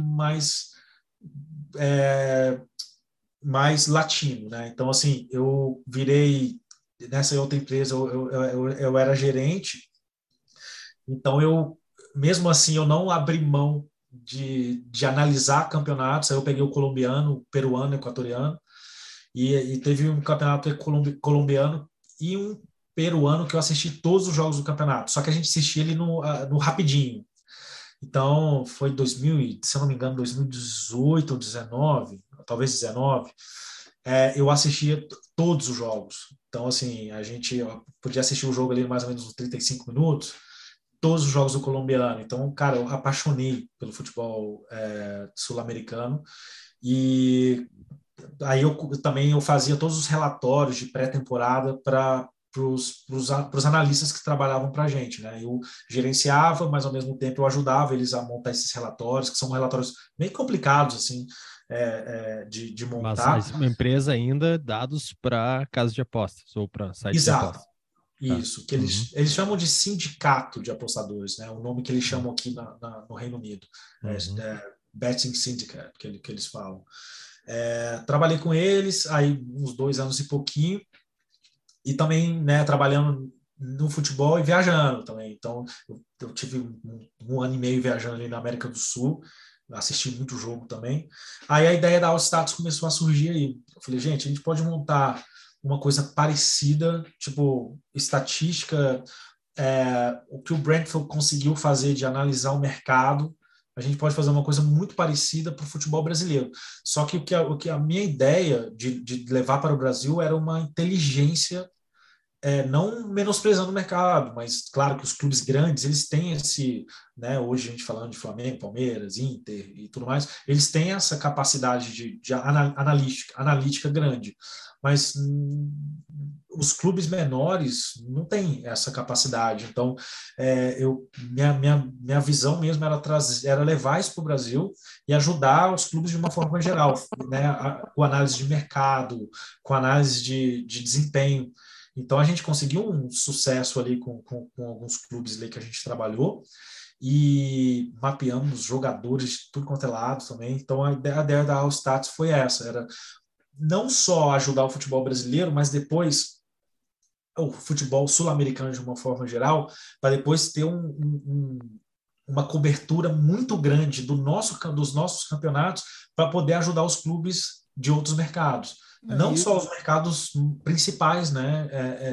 é, mais latino, né? Então, assim, eu virei nessa outra empresa, eu era gerente. Então, mesmo assim, eu não abri mão de analisar campeonatos. Aí eu peguei o colombiano, o peruano, o equatoriano, e teve um campeonato colombiano e um peruano que eu assisti todos os jogos do campeonato. Só que a gente assistia ele no rapidinho. Então, foi 2000, se eu não me engano, 2018 ou 19, talvez 19. Eu assistia todos os jogos. Então, assim, a gente podia assistir o jogo ali mais ou menos uns 35 minutos, todos os jogos do colombiano. Então, cara, eu apaixonei pelo futebol sul-americano. E aí também eu fazia todos os relatórios de pré-temporada para os analistas que trabalhavam para a gente, né? Eu gerenciava, mas ao mesmo tempo eu ajudava eles a montar esses relatórios, que são relatórios bem complicados, assim, de Mas montar. uma empresa ainda dados para casas de apostas ou para sites de Exato. apostas. Tá. Isso, que Uhum. eles chamam de sindicato de apostadores, né? O nome que eles chamam aqui no Reino Unido. Uhum. Betting Syndicate, que eles falam. Trabalhei com eles, aí uns 2 anos e pouquinho, e também, né, trabalhando no futebol e viajando também. Então, eu tive um ano e meio viajando ali na América do Sul, assisti muito jogo também. Aí a ideia da All Status começou a surgir aí. Eu falei, gente, a gente pode montar uma coisa parecida, tipo, estatística, o que o Brentford conseguiu fazer de analisar o mercado, a gente pode fazer uma coisa muito parecida para o futebol brasileiro. Só que o que a minha ideia de levar para o Brasil era uma inteligência, não menosprezando o mercado, mas claro que os clubes grandes, eles têm esse, né, hoje a gente falando de Flamengo, Palmeiras, Inter e tudo mais, eles têm essa capacidade de analítica grande, mas os clubes menores não têm essa capacidade. Então, minha visão mesmo era levar isso para o Brasil e ajudar os clubes de uma forma geral, né, com análise de mercado, com análise de desempenho. Então a gente conseguiu um sucesso ali com alguns clubes ali que a gente trabalhou e mapeamos jogadores de tudo quanto é lado também. Então a ideia da All Stats foi essa, era não só ajudar o futebol brasileiro, mas depois o futebol sul-americano de uma forma geral, para depois ter uma cobertura muito grande dos nossos campeonatos para poder ajudar os clubes de outros mercados. Não só os mercados principais, né,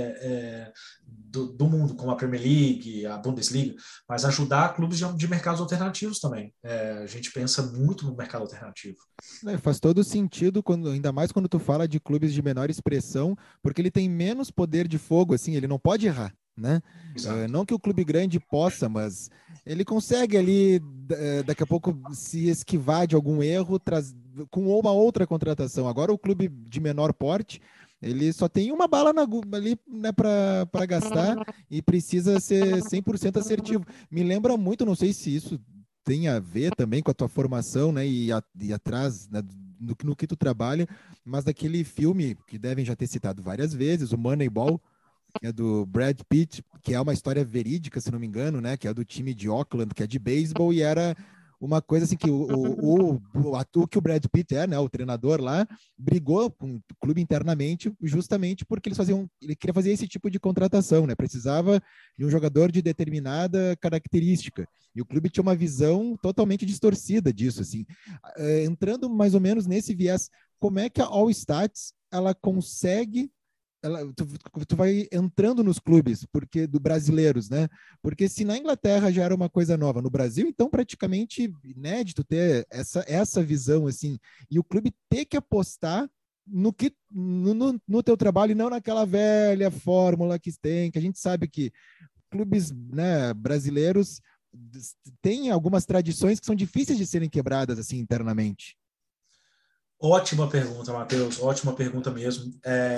do mundo, como a Premier League, a Bundesliga, mas ajudar clubes de mercados alternativos também. A gente pensa muito no mercado alternativo. Faz todo sentido, ainda mais quando tu fala de clubes de menor expressão, porque ele tem menos poder de fogo, assim, ele não pode errar, né? Não que o clube grande possa, mas ele consegue ali, daqui a pouco, se esquivar de algum erro com uma outra contratação. Agora, o clube de menor porte, Ele só tem uma bala ali, né, para gastar e precisa ser 100% assertivo. Me lembra muito, não sei se isso tem a ver também com a tua formação, né, e atrás, né, no que tu trabalha, mas daquele filme que devem já ter citado várias vezes, o Moneyball, que é do Brad Pitt, que é uma história verídica, se não me engano, né? Que é do time de Auckland, que é de beisebol, e era uma coisa assim que o que o Brad Pitt é, né? O treinador lá, brigou com o clube internamente, justamente porque ele queria fazer esse tipo de contratação, né? Precisava de um jogador de determinada característica. E o clube tinha uma visão totalmente distorcida disso, assim. Entrando mais ou menos nesse viés, como é que a All Stats ela consegue tu vai entrando nos clubes porque do brasileiros, né? Porque se na Inglaterra já era uma coisa nova, no Brasil, então praticamente inédito ter essa visão assim, e o clube ter que apostar no teu trabalho e não naquela velha fórmula que tem, que a gente sabe que clubes, né, brasileiros têm algumas tradições que são difíceis de serem quebradas assim internamente. Ótima pergunta, Matheus. Ótima pergunta mesmo.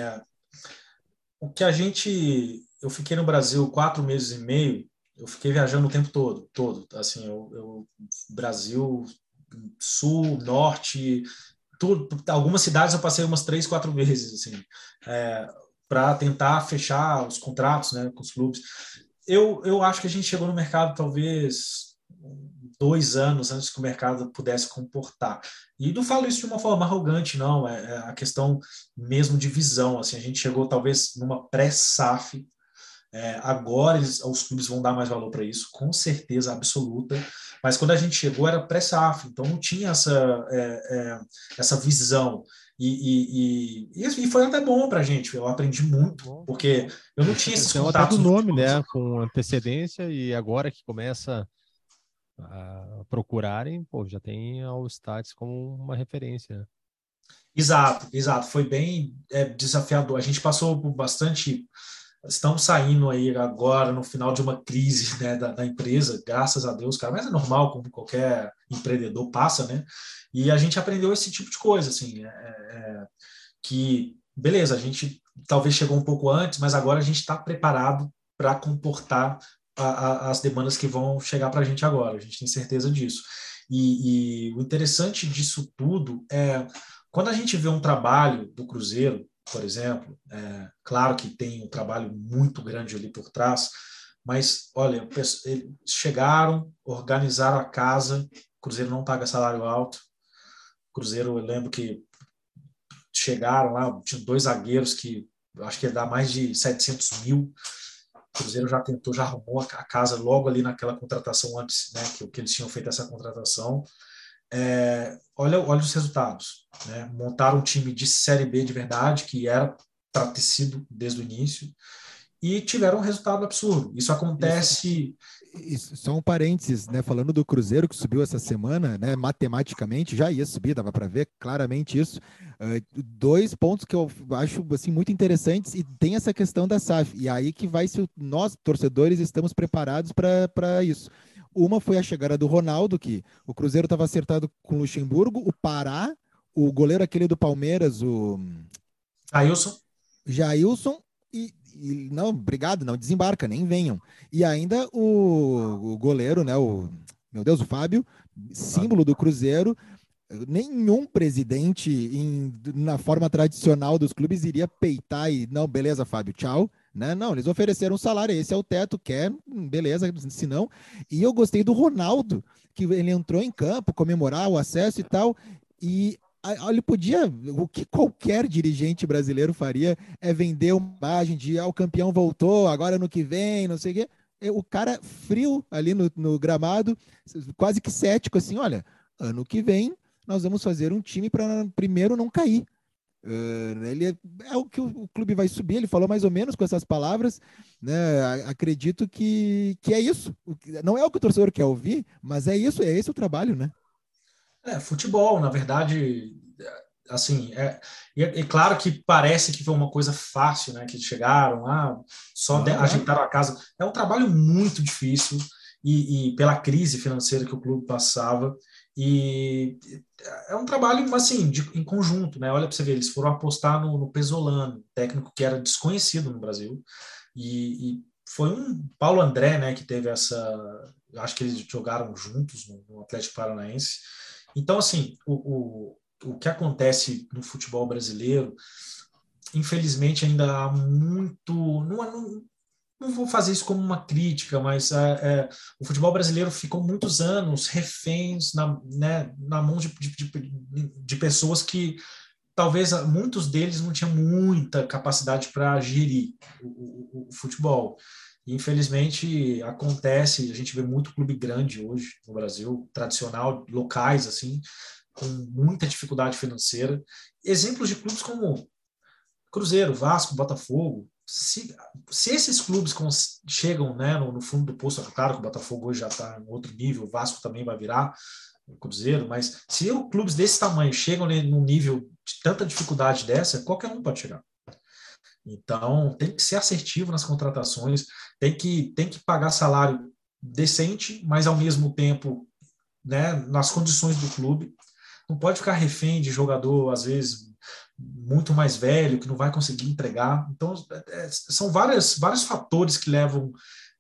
O que eu fiquei no Brasil 4 meses e meio, eu fiquei viajando o tempo todo. Assim, Brasil, Sul, Norte, tudo. Algumas cidades eu passei umas 3, 4 vezes, assim, para tentar fechar os contratos, né, com os clubes. Eu acho que a gente chegou no mercado talvez 2 anos antes que o mercado pudesse comportar. E não falo isso de uma forma arrogante, não. É a questão mesmo de visão. Assim, a gente chegou talvez numa pré-SAF. Agora os clubes vão dar mais valor para isso, com certeza absoluta. Mas quando a gente chegou era pré-SAF, então não tinha essa visão. E foi até bom para a gente. Eu aprendi muito, porque eu não tinha esses contatos. Até do nome, né? Anos. Com antecedência, e agora que começa a procurarem, pô, já tem a All Stats como uma referência. Exato. Foi bem desafiador. A gente passou por bastante. Estamos saindo aí agora no final de uma crise, né, da empresa, graças a Deus, cara, mas é normal, como qualquer empreendedor passa, né? E a gente aprendeu esse tipo de coisa, assim, que, beleza, a gente talvez chegou um pouco antes, mas agora a gente está preparado para comportar as demandas que vão chegar para a gente agora, a gente tem certeza disso. E o interessante disso tudo é, quando a gente vê um trabalho do Cruzeiro, por exemplo, claro que tem um trabalho muito grande ali por trás, mas, olha, eles chegaram, organizaram a casa, o Cruzeiro não paga salário alto, o Cruzeiro, eu lembro que chegaram lá, tinha 2 zagueiros que eu acho que ia dar mais de 700 mil, o Cruzeiro já tentou, já arrumou a casa logo ali naquela contratação antes, né, que eles tinham feito essa contratação. Olha os resultados, né? Montaram um time de Série B de verdade, que era para ter sido desde o início, e tiveram um resultado absurdo. Isso acontece... Só um parênteses, né? Falando do Cruzeiro que subiu essa semana, né? Matematicamente já ia subir, dava para ver claramente isso. 2 pontos que eu acho assim muito interessantes, e tem essa questão da SAF. E aí que vai se nós torcedores estamos preparados para isso. Uma foi a chegada do Ronaldo, que o Cruzeiro estava acertado com o Luxemburgo, o Pará, o goleiro aquele do Palmeiras, o Jailson, e não, obrigado, não desembarca, nem venham. E ainda o goleiro, né, meu Deus, o Fábio, símbolo do Cruzeiro. Nenhum presidente na forma tradicional dos clubes iria peitar e, não, beleza, Fábio, tchau. Né? Não, eles ofereceram um salário, esse é o teto, quer, beleza, se não. E eu gostei do Ronaldo, que ele entrou em campo, comemorar o acesso e tal, e ele podia, o que qualquer dirigente brasileiro faria é vender uma imagem de o campeão voltou, agora no que vem, não sei o quê. O cara frio ali no gramado, quase que cético, assim, olha, ano que vem nós vamos fazer um time para primeiro não cair. Ele é o que o clube vai subir, ele falou mais ou menos com essas palavras, né? Acredito que é isso. Não é o que o torcedor quer ouvir, mas é isso, é esse o trabalho, né? Futebol, na verdade, assim, é claro que parece que foi uma coisa fácil, né? Que chegaram lá, ajeitaram a casa. É um trabalho muito difícil, e pela crise financeira que o clube passava. E é um trabalho, assim, em conjunto, né? Olha para você ver, eles foram apostar no Pesolano, técnico que era desconhecido no Brasil, e foi um Paulo André, né, que teve essa. Acho que eles jogaram juntos no Atlético Paranaense. Então, assim, o que acontece no futebol brasileiro, infelizmente, ainda há muito. Não vou fazer isso como uma crítica, mas o futebol brasileiro ficou muitos anos reféns na mão de pessoas que talvez muitos deles não tinham muita capacidade para gerir o futebol. E, infelizmente, acontece, a gente vê muito clube grande hoje no Brasil, tradicional, locais, assim, com muita dificuldade financeira. Exemplos de clubes como Cruzeiro, Vasco, Botafogo. Se esses clubes chegam, né, no fundo do poço, é claro que o Botafogo hoje já está em outro nível, o Vasco também vai virar o Cruzeiro, mas se clubes desse tamanho chegam num nível de tanta dificuldade dessa, qualquer um pode chegar. Então, tem que ser assertivo nas contratações, tem que pagar salário decente, mas ao mesmo tempo, né, nas condições do clube. Não pode ficar refém de jogador, às vezes, muito mais velho, que não vai conseguir entregar. Então, são vários fatores que levam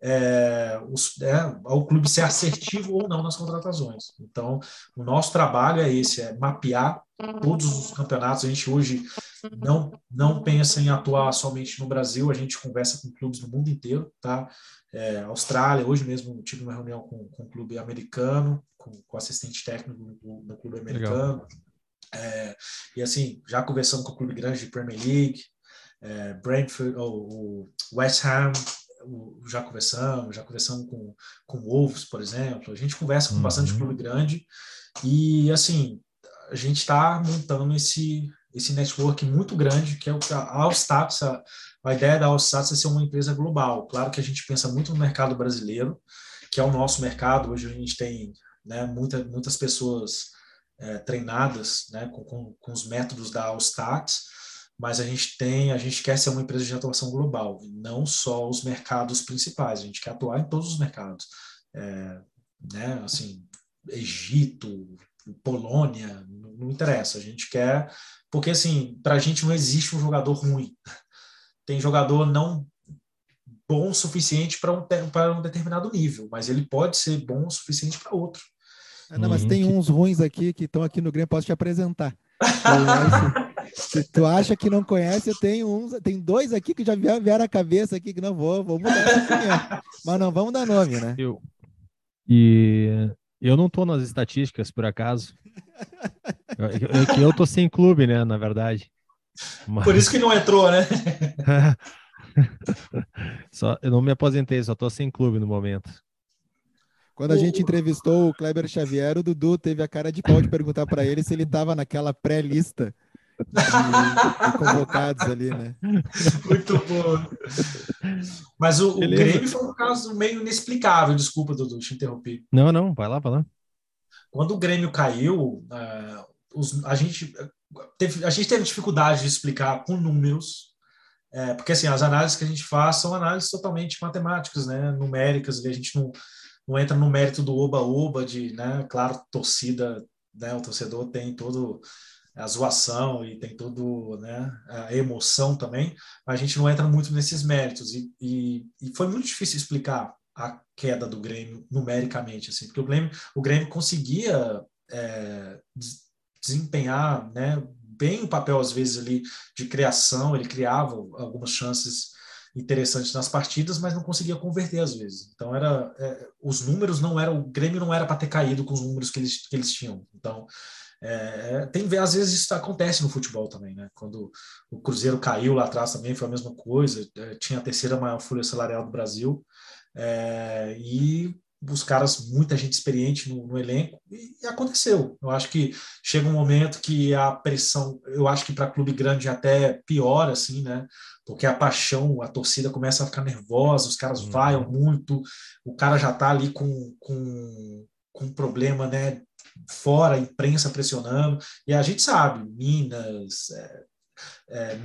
ao clube ser assertivo ou não nas contratações. Então, o nosso trabalho é esse, é mapear todos os campeonatos. A gente hoje não pensa em atuar somente no Brasil, a gente conversa com clubes no mundo inteiro, tá? Austrália, hoje mesmo tive uma reunião com um clube americano, com assistente técnico no clube americano. E assim, já conversando com o clube grande de Premier League, Brentford, o West Ham, já conversamos com o Wolves, por exemplo. A gente conversa com bastante clube grande e, assim, a gente está montando esse network muito grande, que é a Allstats. A ideia da Allstats é ser uma empresa global. Claro que a gente pensa muito no mercado brasileiro, que é o nosso mercado. Hoje a gente tem, né, muitas pessoas treinadas, né, com os métodos da Allstats, mas a gente quer ser uma empresa de atuação global, e não só os mercados principais, a gente quer atuar em todos os mercados, né, assim, Egito, Polônia, não interessa, a gente quer, porque assim, para a gente não existe um jogador ruim, tem jogador não bom o suficiente para um determinado nível, mas ele pode ser bom o suficiente para outro. Não, mas tem uns ruins aqui que estão aqui no Grêmio, posso te apresentar. Se tu acha que não conhece, tem dois aqui que já vieram à cabeça aqui, que não vou mudar essa opinião. Mas não vamos dar nome, né? Eu não tô nas estatísticas, por acaso. Eu tô sem clube, né, na verdade. Mas... Por isso que não entrou, né? Eu não me aposentei, só tô sem clube no momento. Quando a gente entrevistou o Kleber Xavier, o Dudu teve a cara de pau de perguntar para ele se ele estava naquela pré-lista de convocados ali, né? Muito bom. Mas o Grêmio foi um caso meio inexplicável. Desculpa, Dudu, te interrompi. Não, vai lá. Quando o Grêmio caiu, a gente teve dificuldade de explicar com números, porque assim, as análises que a gente faz são análises totalmente matemáticas, né, numéricas, e a gente não entra no mérito do oba-oba, né, claro, torcida, né, o torcedor tem todo a zoação e tem todo, né, a emoção também, mas a gente não entra muito nesses méritos, e foi muito difícil explicar a queda do Grêmio numericamente, assim, porque o Grêmio conseguia desempenhar, né, bem o papel, às vezes, ali de criação, ele criava algumas chances interessantes nas partidas, mas não conseguia converter às vezes. Então os números não eram, o Grêmio não era para ter caído com os números que eles tinham. Então às vezes isso acontece no futebol também, né? Quando o Cruzeiro caiu lá atrás também foi a mesma coisa, tinha a terceira maior folha salarial do Brasil, e os caras, muita gente experiente no elenco, e aconteceu. Eu acho que chega um momento que a pressão, eu acho que para clube grande até pior, assim, né? Porque a paixão, a torcida começa a ficar nervosa, os caras vaiam muito, o cara já está ali com um problema, né? Fora, a imprensa pressionando, e a gente sabe,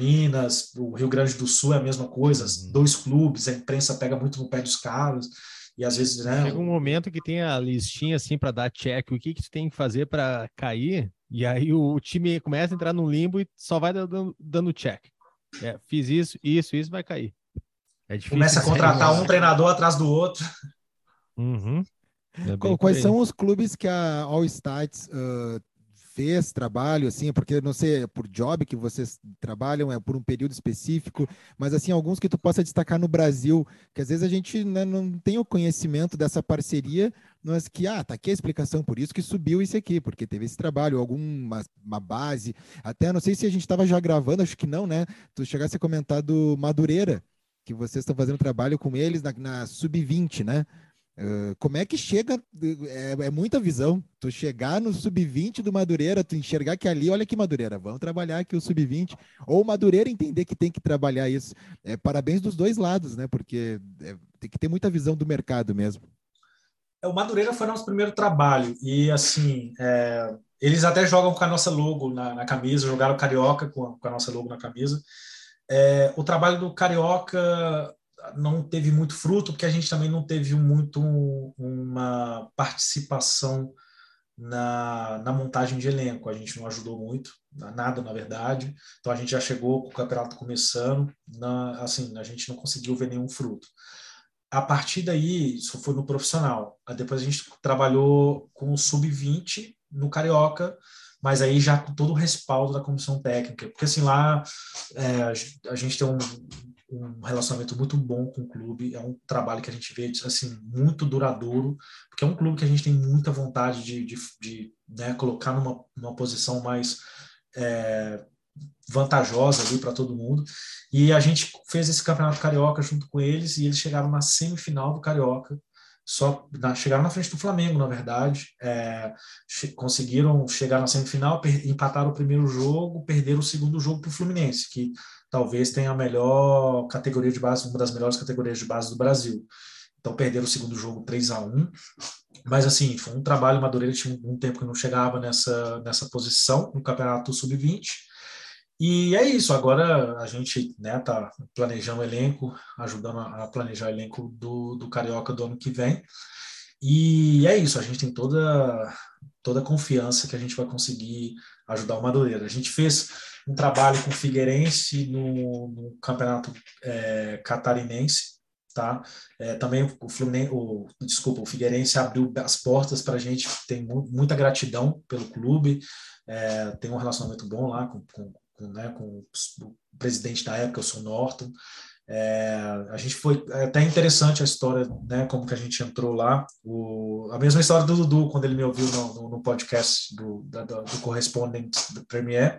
Minas, o Rio Grande do Sul é a mesma coisa, dois clubes, a imprensa pega muito no pé dos caras, E às vezes, né? Chega um momento que tem a listinha assim para dar check, o que que tu tem que fazer para cair, e aí o time começa a entrar no limbo e só vai dando check. Fiz isso, vai cair. É difícil Começa a de sair contratar uma... um treinador atrás do outro. Uhum. É bem por Quais aí. são os clubes que a All Stats fez trabalho, assim, porque eu não sei, é por job que vocês trabalham, é por um período específico, mas assim, alguns que tu possa destacar no Brasil, que às vezes a gente, né, não tem o conhecimento dessa parceria, mas que, tá aqui a explicação, por isso que subiu isso aqui, porque teve esse trabalho, alguma uma base, até não sei se a gente estava já gravando, acho que não, né? Tu chegasse a comentar do Madureira, que vocês estão fazendo trabalho com eles na Sub-20, né? Como é que chega? É muita visão. Tu chegar no sub-20 do Madureira, tu enxergar que ali, olha que Madureira, vamos trabalhar aqui o sub-20. Ou o Madureira entender que tem que trabalhar isso. Parabéns dos dois lados, né? Porque tem que ter muita visão do mercado mesmo. O Madureira foi nosso primeiro trabalho. E, assim, eles até jogam com a nossa logo na camisa, jogaram Carioca com a nossa logo na camisa. O trabalho do Carioca não teve muito fruto, porque a gente também não teve muito uma participação na montagem de elenco. A gente não ajudou muito, nada, na verdade. Então a gente já chegou com o campeonato começando, assim, a gente não conseguiu ver nenhum fruto. A partir daí, isso foi no profissional. Depois a gente trabalhou com o sub-20 no Carioca, mas aí já com todo o respaldo da comissão técnica. Porque assim, lá a gente tem um relacionamento muito bom com o clube, é um trabalho que a gente vê assim, muito duradouro, porque é um clube que a gente tem muita vontade de né, colocar numa posição mais vantajosa ali para todo mundo. E a gente fez esse campeonato carioca junto com eles e eles chegaram na semifinal do Carioca. Chegaram na frente do Flamengo, na verdade. Conseguiram chegar na semifinal, empataram o primeiro jogo, perderam o segundo jogo para o Fluminense, que talvez tenha a melhor categoria de base, uma das melhores categorias de base do Brasil. Então perderam o segundo jogo 3-1. Mas assim, foi um trabalho. Madureira tinha um tempo que não chegava nessa posição no Campeonato Sub-20. E é isso, agora a gente tá planejando o elenco, ajudando a planejar o elenco do Carioca do ano que vem. E é isso, a gente tem toda a confiança que a gente vai conseguir ajudar o Madureira. A gente fez um trabalho com o Figueirense no Campeonato Catarinense, tá? Também o Fluminense, o Figueirense abriu as portas para a gente, tem muita gratidão pelo clube, tem um relacionamento bom lá com o presidente da época, o Sr. Norton. A gente foi até interessante a história, né, como que a gente entrou lá. A mesma história do Dudu, quando ele me ouviu no podcast do Correspondent do Premier.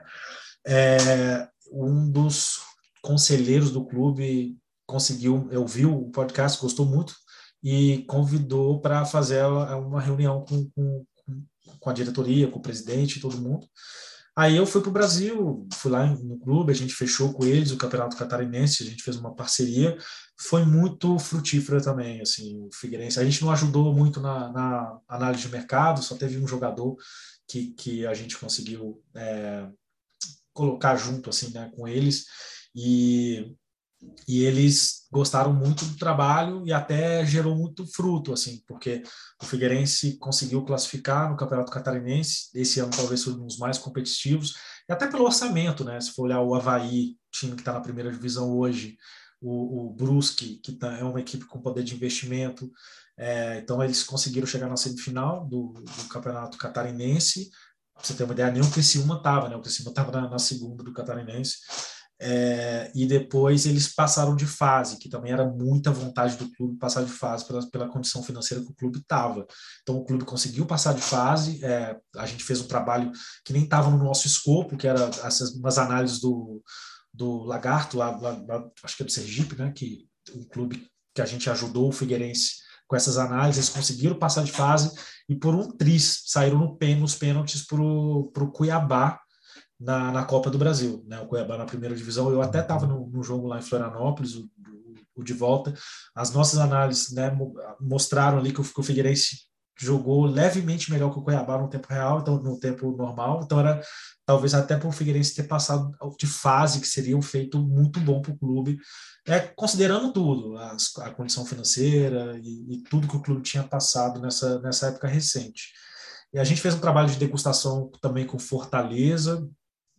Um dos conselheiros do clube ouviu o podcast, gostou muito e convidou para fazer uma reunião com a diretoria, com o presidente e todo mundo. Aí eu fui para o Brasil, fui lá no clube, a gente fechou com eles o Campeonato Catarinense, a gente fez uma parceria, foi muito frutífera também, assim, o Figueirense. A gente não ajudou muito na análise de mercado, só teve um jogador que a gente conseguiu colocar junto, assim, né, com eles, e eles gostaram muito do trabalho e até gerou muito fruto, assim, porque o Figueirense conseguiu classificar no Campeonato Catarinense, esse ano talvez foi um dos mais competitivos, e até pelo orçamento, né? Se for olhar o Avaí, time que está na primeira divisão hoje, o Brusque, que é uma equipe com poder de investimento, então eles conseguiram chegar na semifinal do Campeonato Catarinense. Pra você ter uma ideia, nem o Criciúma estava, né? O Criciúma estava na segunda do Catarinense. E depois eles passaram de fase, que também era muita vontade do clube passar de fase pela condição financeira que o clube estava. Então o clube conseguiu passar de fase, a gente fez um trabalho que nem estava no nosso escopo, que era umas análises do Lagarto, lá, acho que é do Sergipe, né, que um clube que a gente ajudou o Figueirense com essas análises, eles conseguiram passar de fase e por um triz saíram nos pênaltis para o Cuiabá, na Copa do Brasil, né? O Cuiabá na primeira divisão. Eu até estava no jogo lá em Florianópolis, o de volta. As nossas análises, né, mostraram ali que o Figueirense jogou levemente melhor que o Cuiabá no tempo real, então no tempo normal, então era talvez até para o Figueirense ter passado de fase, que seria um feito muito bom para o clube, considerando tudo, a condição financeira e tudo que o clube tinha passado nessa época recente. E a gente fez um trabalho de degustação também com Fortaleza,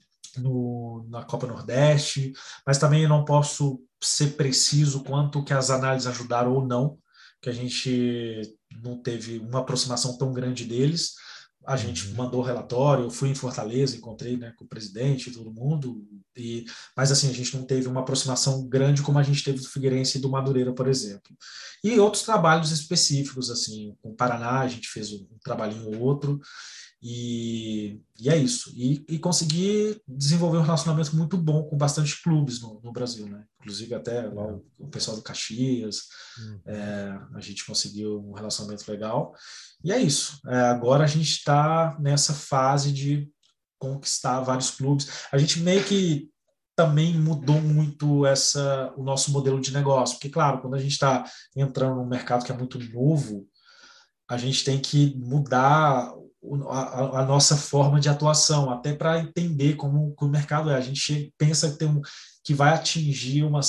na Copa Nordeste, mas também eu não posso ser preciso quanto que as análises ajudaram ou não, que a gente não teve uma aproximação tão grande deles. A gente mandou o relatório, eu fui em Fortaleza, encontrei, né, com o presidente e todo mundo, mas assim, a gente não teve uma aproximação grande como a gente teve do Figueirense e do Madureira, por exemplo. E outros trabalhos específicos, assim, com o Paraná, a gente fez um trabalhinho ou outro, e é isso. E consegui desenvolver um relacionamento muito bom com bastante clubes no Brasil, né? Inclusive até lá o pessoal do Caxias, a gente conseguiu um relacionamento legal. E é isso. Agora a gente está nessa fase de conquistar vários clubes. A gente meio que também mudou muito o nosso modelo de negócio. Porque, claro, quando a gente está entrando num mercado que é muito novo, a gente tem que mudar a nossa forma de atuação, até para entender como o mercado é. A gente pensa que vai atingir um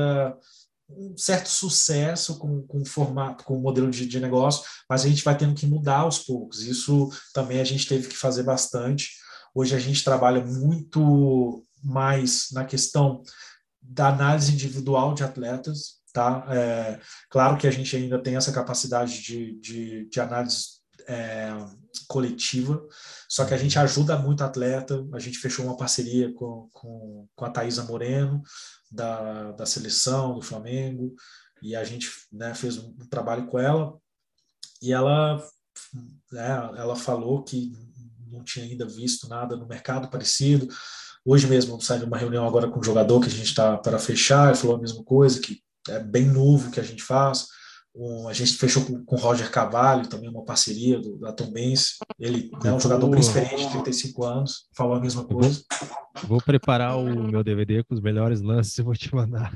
certo sucesso com o formato, com o modelo de negócio, mas a gente vai tendo que mudar aos poucos. Isso também a gente teve que fazer bastante. Hoje a gente trabalha muito mais na questão da análise individual de atletas, tá? Claro que a gente ainda tem essa capacidade de análise coletiva, só que a gente ajuda muito atleta. A gente fechou uma parceria com a Thaisa Moreno, da seleção do Flamengo, e a gente, né, fez um trabalho com ela, e ela falou que não tinha ainda visto nada no mercado parecido. Hoje mesmo saí de uma reunião agora com um jogador que a gente está para fechar, ele falou a mesma coisa, que é bem novo que a gente faz. A gente fechou com o Roger Carvalho, também uma parceria da Tombense. Ele é um jogador bem experiente, de 35 anos, falou a mesma coisa. Vou preparar o meu DVD com os melhores lances e vou te mandar.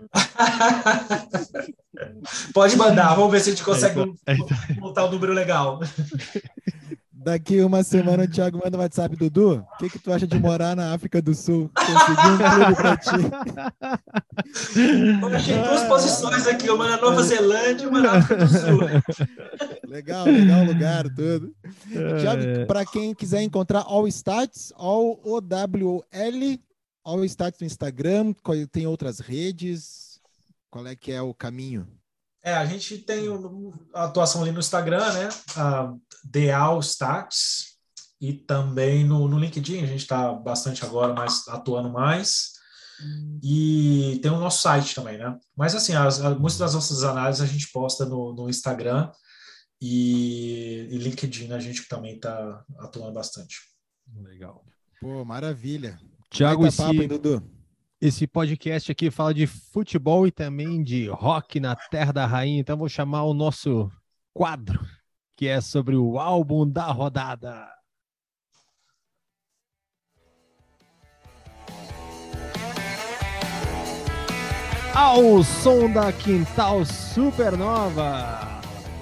Pode mandar, vamos ver se a gente consegue montar um número legal. Daqui uma semana o Thiago manda um WhatsApp, Dudu, o que tu acha de morar na África do Sul? Consegui um clube pra ti. Eu achei duas posições aqui, uma na Nova Zelândia e uma na África do Sul. Legal lugar, tudo. Thiago, para quem quiser encontrar All Stats, OWL, All Stats no Instagram, tem outras redes, qual é que é o caminho? A gente tem a atuação ali no Instagram, né? The All Stats, e também no LinkedIn, a gente está bastante agora, mas atuando mais. E tem o nosso site também, né? Mas assim, muitas das nossas análises a gente posta no Instagram e LinkedIn, a gente também está atuando bastante. Legal. Pô, maravilha. Thiago, esse podcast aqui fala de futebol e também de rock na Terra da Rainha, então vou chamar o nosso quadro, que é sobre o álbum da rodada. Ao som da Quintal Supernova.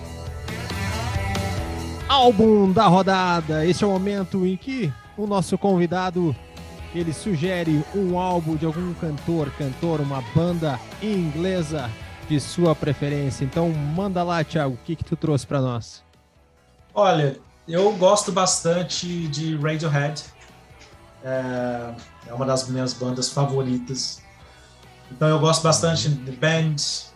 Álbum da rodada. Esse é o momento em que o nosso convidado ele sugere um álbum de algum cantor, uma banda inglesa de sua preferência. Então manda lá, Thiago, o que tu trouxe para nós? Olha, eu gosto bastante de Radiohead. É uma das minhas bandas favoritas. Então eu gosto bastante de The Band.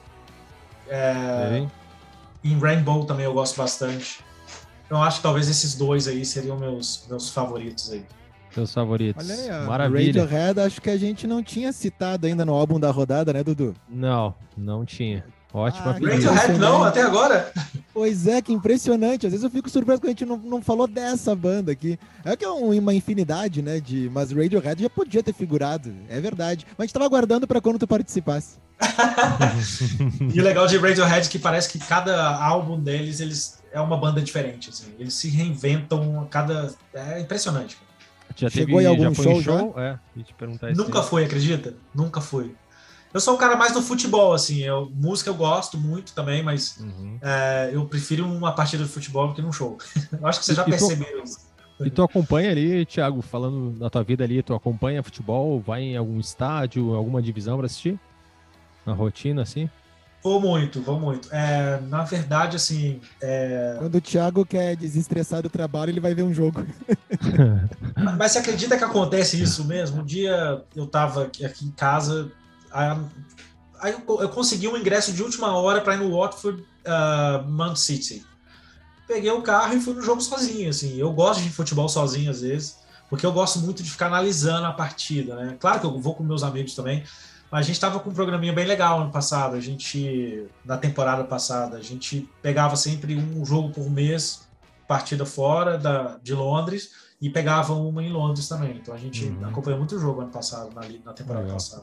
Em Rainbow também eu gosto bastante. Então acho que talvez esses dois aí seriam meus favoritos aí. Seus favoritos. Olha aí, maravilha. Radiohead acho que a gente não tinha citado ainda no álbum da rodada, né, Dudu? Não tinha. Ótima Radiohead não, até agora? Pois é, que impressionante. Às vezes eu fico surpreso que a gente não falou dessa banda aqui. É que é uma infinidade, né, mas Radiohead já podia ter figurado, é verdade. Mas a gente tava aguardando para quando tu participasse. E o legal de Radiohead é que parece que cada álbum deles é uma banda diferente, assim. Eles se reinventam é impressionante. Chegou em algum show já? Nunca foi, acredita? Nunca foi. Eu sou um cara mais do futebol, assim. Música eu gosto muito também, mas eu prefiro uma partida de futebol do que num show. Eu acho que você já percebeu isso. E tu acompanha ali, Thiago, falando da tua vida ali, tu acompanha futebol, vai em algum estádio, alguma divisão para assistir? Na rotina, assim? Vou muito. Na verdade, assim... Quando o Thiago quer desestressar do trabalho, ele vai ver um jogo. Mas você acredita que acontece isso mesmo? Um dia eu tava aqui em casa, aí eu consegui um ingresso de última hora para ir no Watford Man City. Peguei o carro e fui no jogo sozinho, assim. Eu gosto de futebol sozinho às vezes, porque eu gosto muito de ficar analisando a partida, né? Claro que eu vou com meus amigos também, mas a gente estava com um programinha bem legal ano passado. Na temporada passada, a gente pegava sempre um jogo por mês, partida fora de Londres, e pegava uma em Londres também. Então a gente acompanhou muito jogo ano passado, na temporada passada.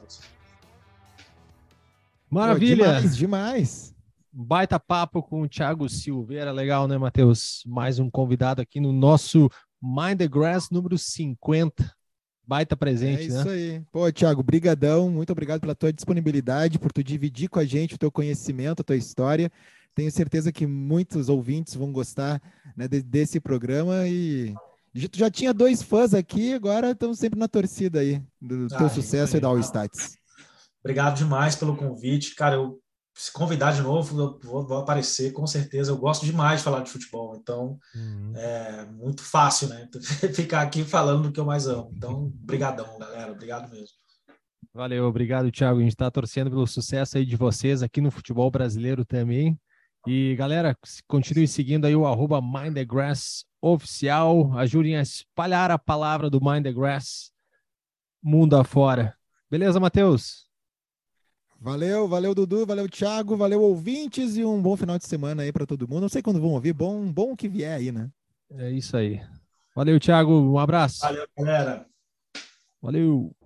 Maravilha! Pô, demais! Baita papo com o Thiago Silveira, legal, né, Matheus? Mais um convidado aqui no nosso Mind the Grass número 50. Baita presente, né? É isso aí. Pô, Thiago, brigadão, muito obrigado pela tua disponibilidade, por tu dividir com a gente o teu conhecimento, a tua história. Tenho certeza que muitos ouvintes vão gostar, né, desse programa e tu já tinha 2 fãs aqui, agora estamos sempre na torcida aí do teu sucesso e da All Stats. Obrigado demais pelo convite. Cara, se convidar de novo, eu vou aparecer, com certeza. Eu gosto demais de falar de futebol, então é muito fácil, né? Ficar aqui falando do que eu mais amo. Então, brigadão, galera. Obrigado mesmo. Valeu, obrigado, Thiago. A gente está torcendo pelo sucesso aí de vocês aqui no futebol brasileiro também. E, galera, continue seguindo aí o @Mind the Grass oficial. Ajudem a espalhar a palavra do Mind the Grass mundo afora. Beleza, Matheus? Valeu, Dudu, valeu, Thiago, valeu, ouvintes, e um bom final de semana aí para todo mundo. Não sei quando vão ouvir, bom que vier aí, né? É isso aí. Valeu, Thiago, um abraço. Valeu, galera. Valeu.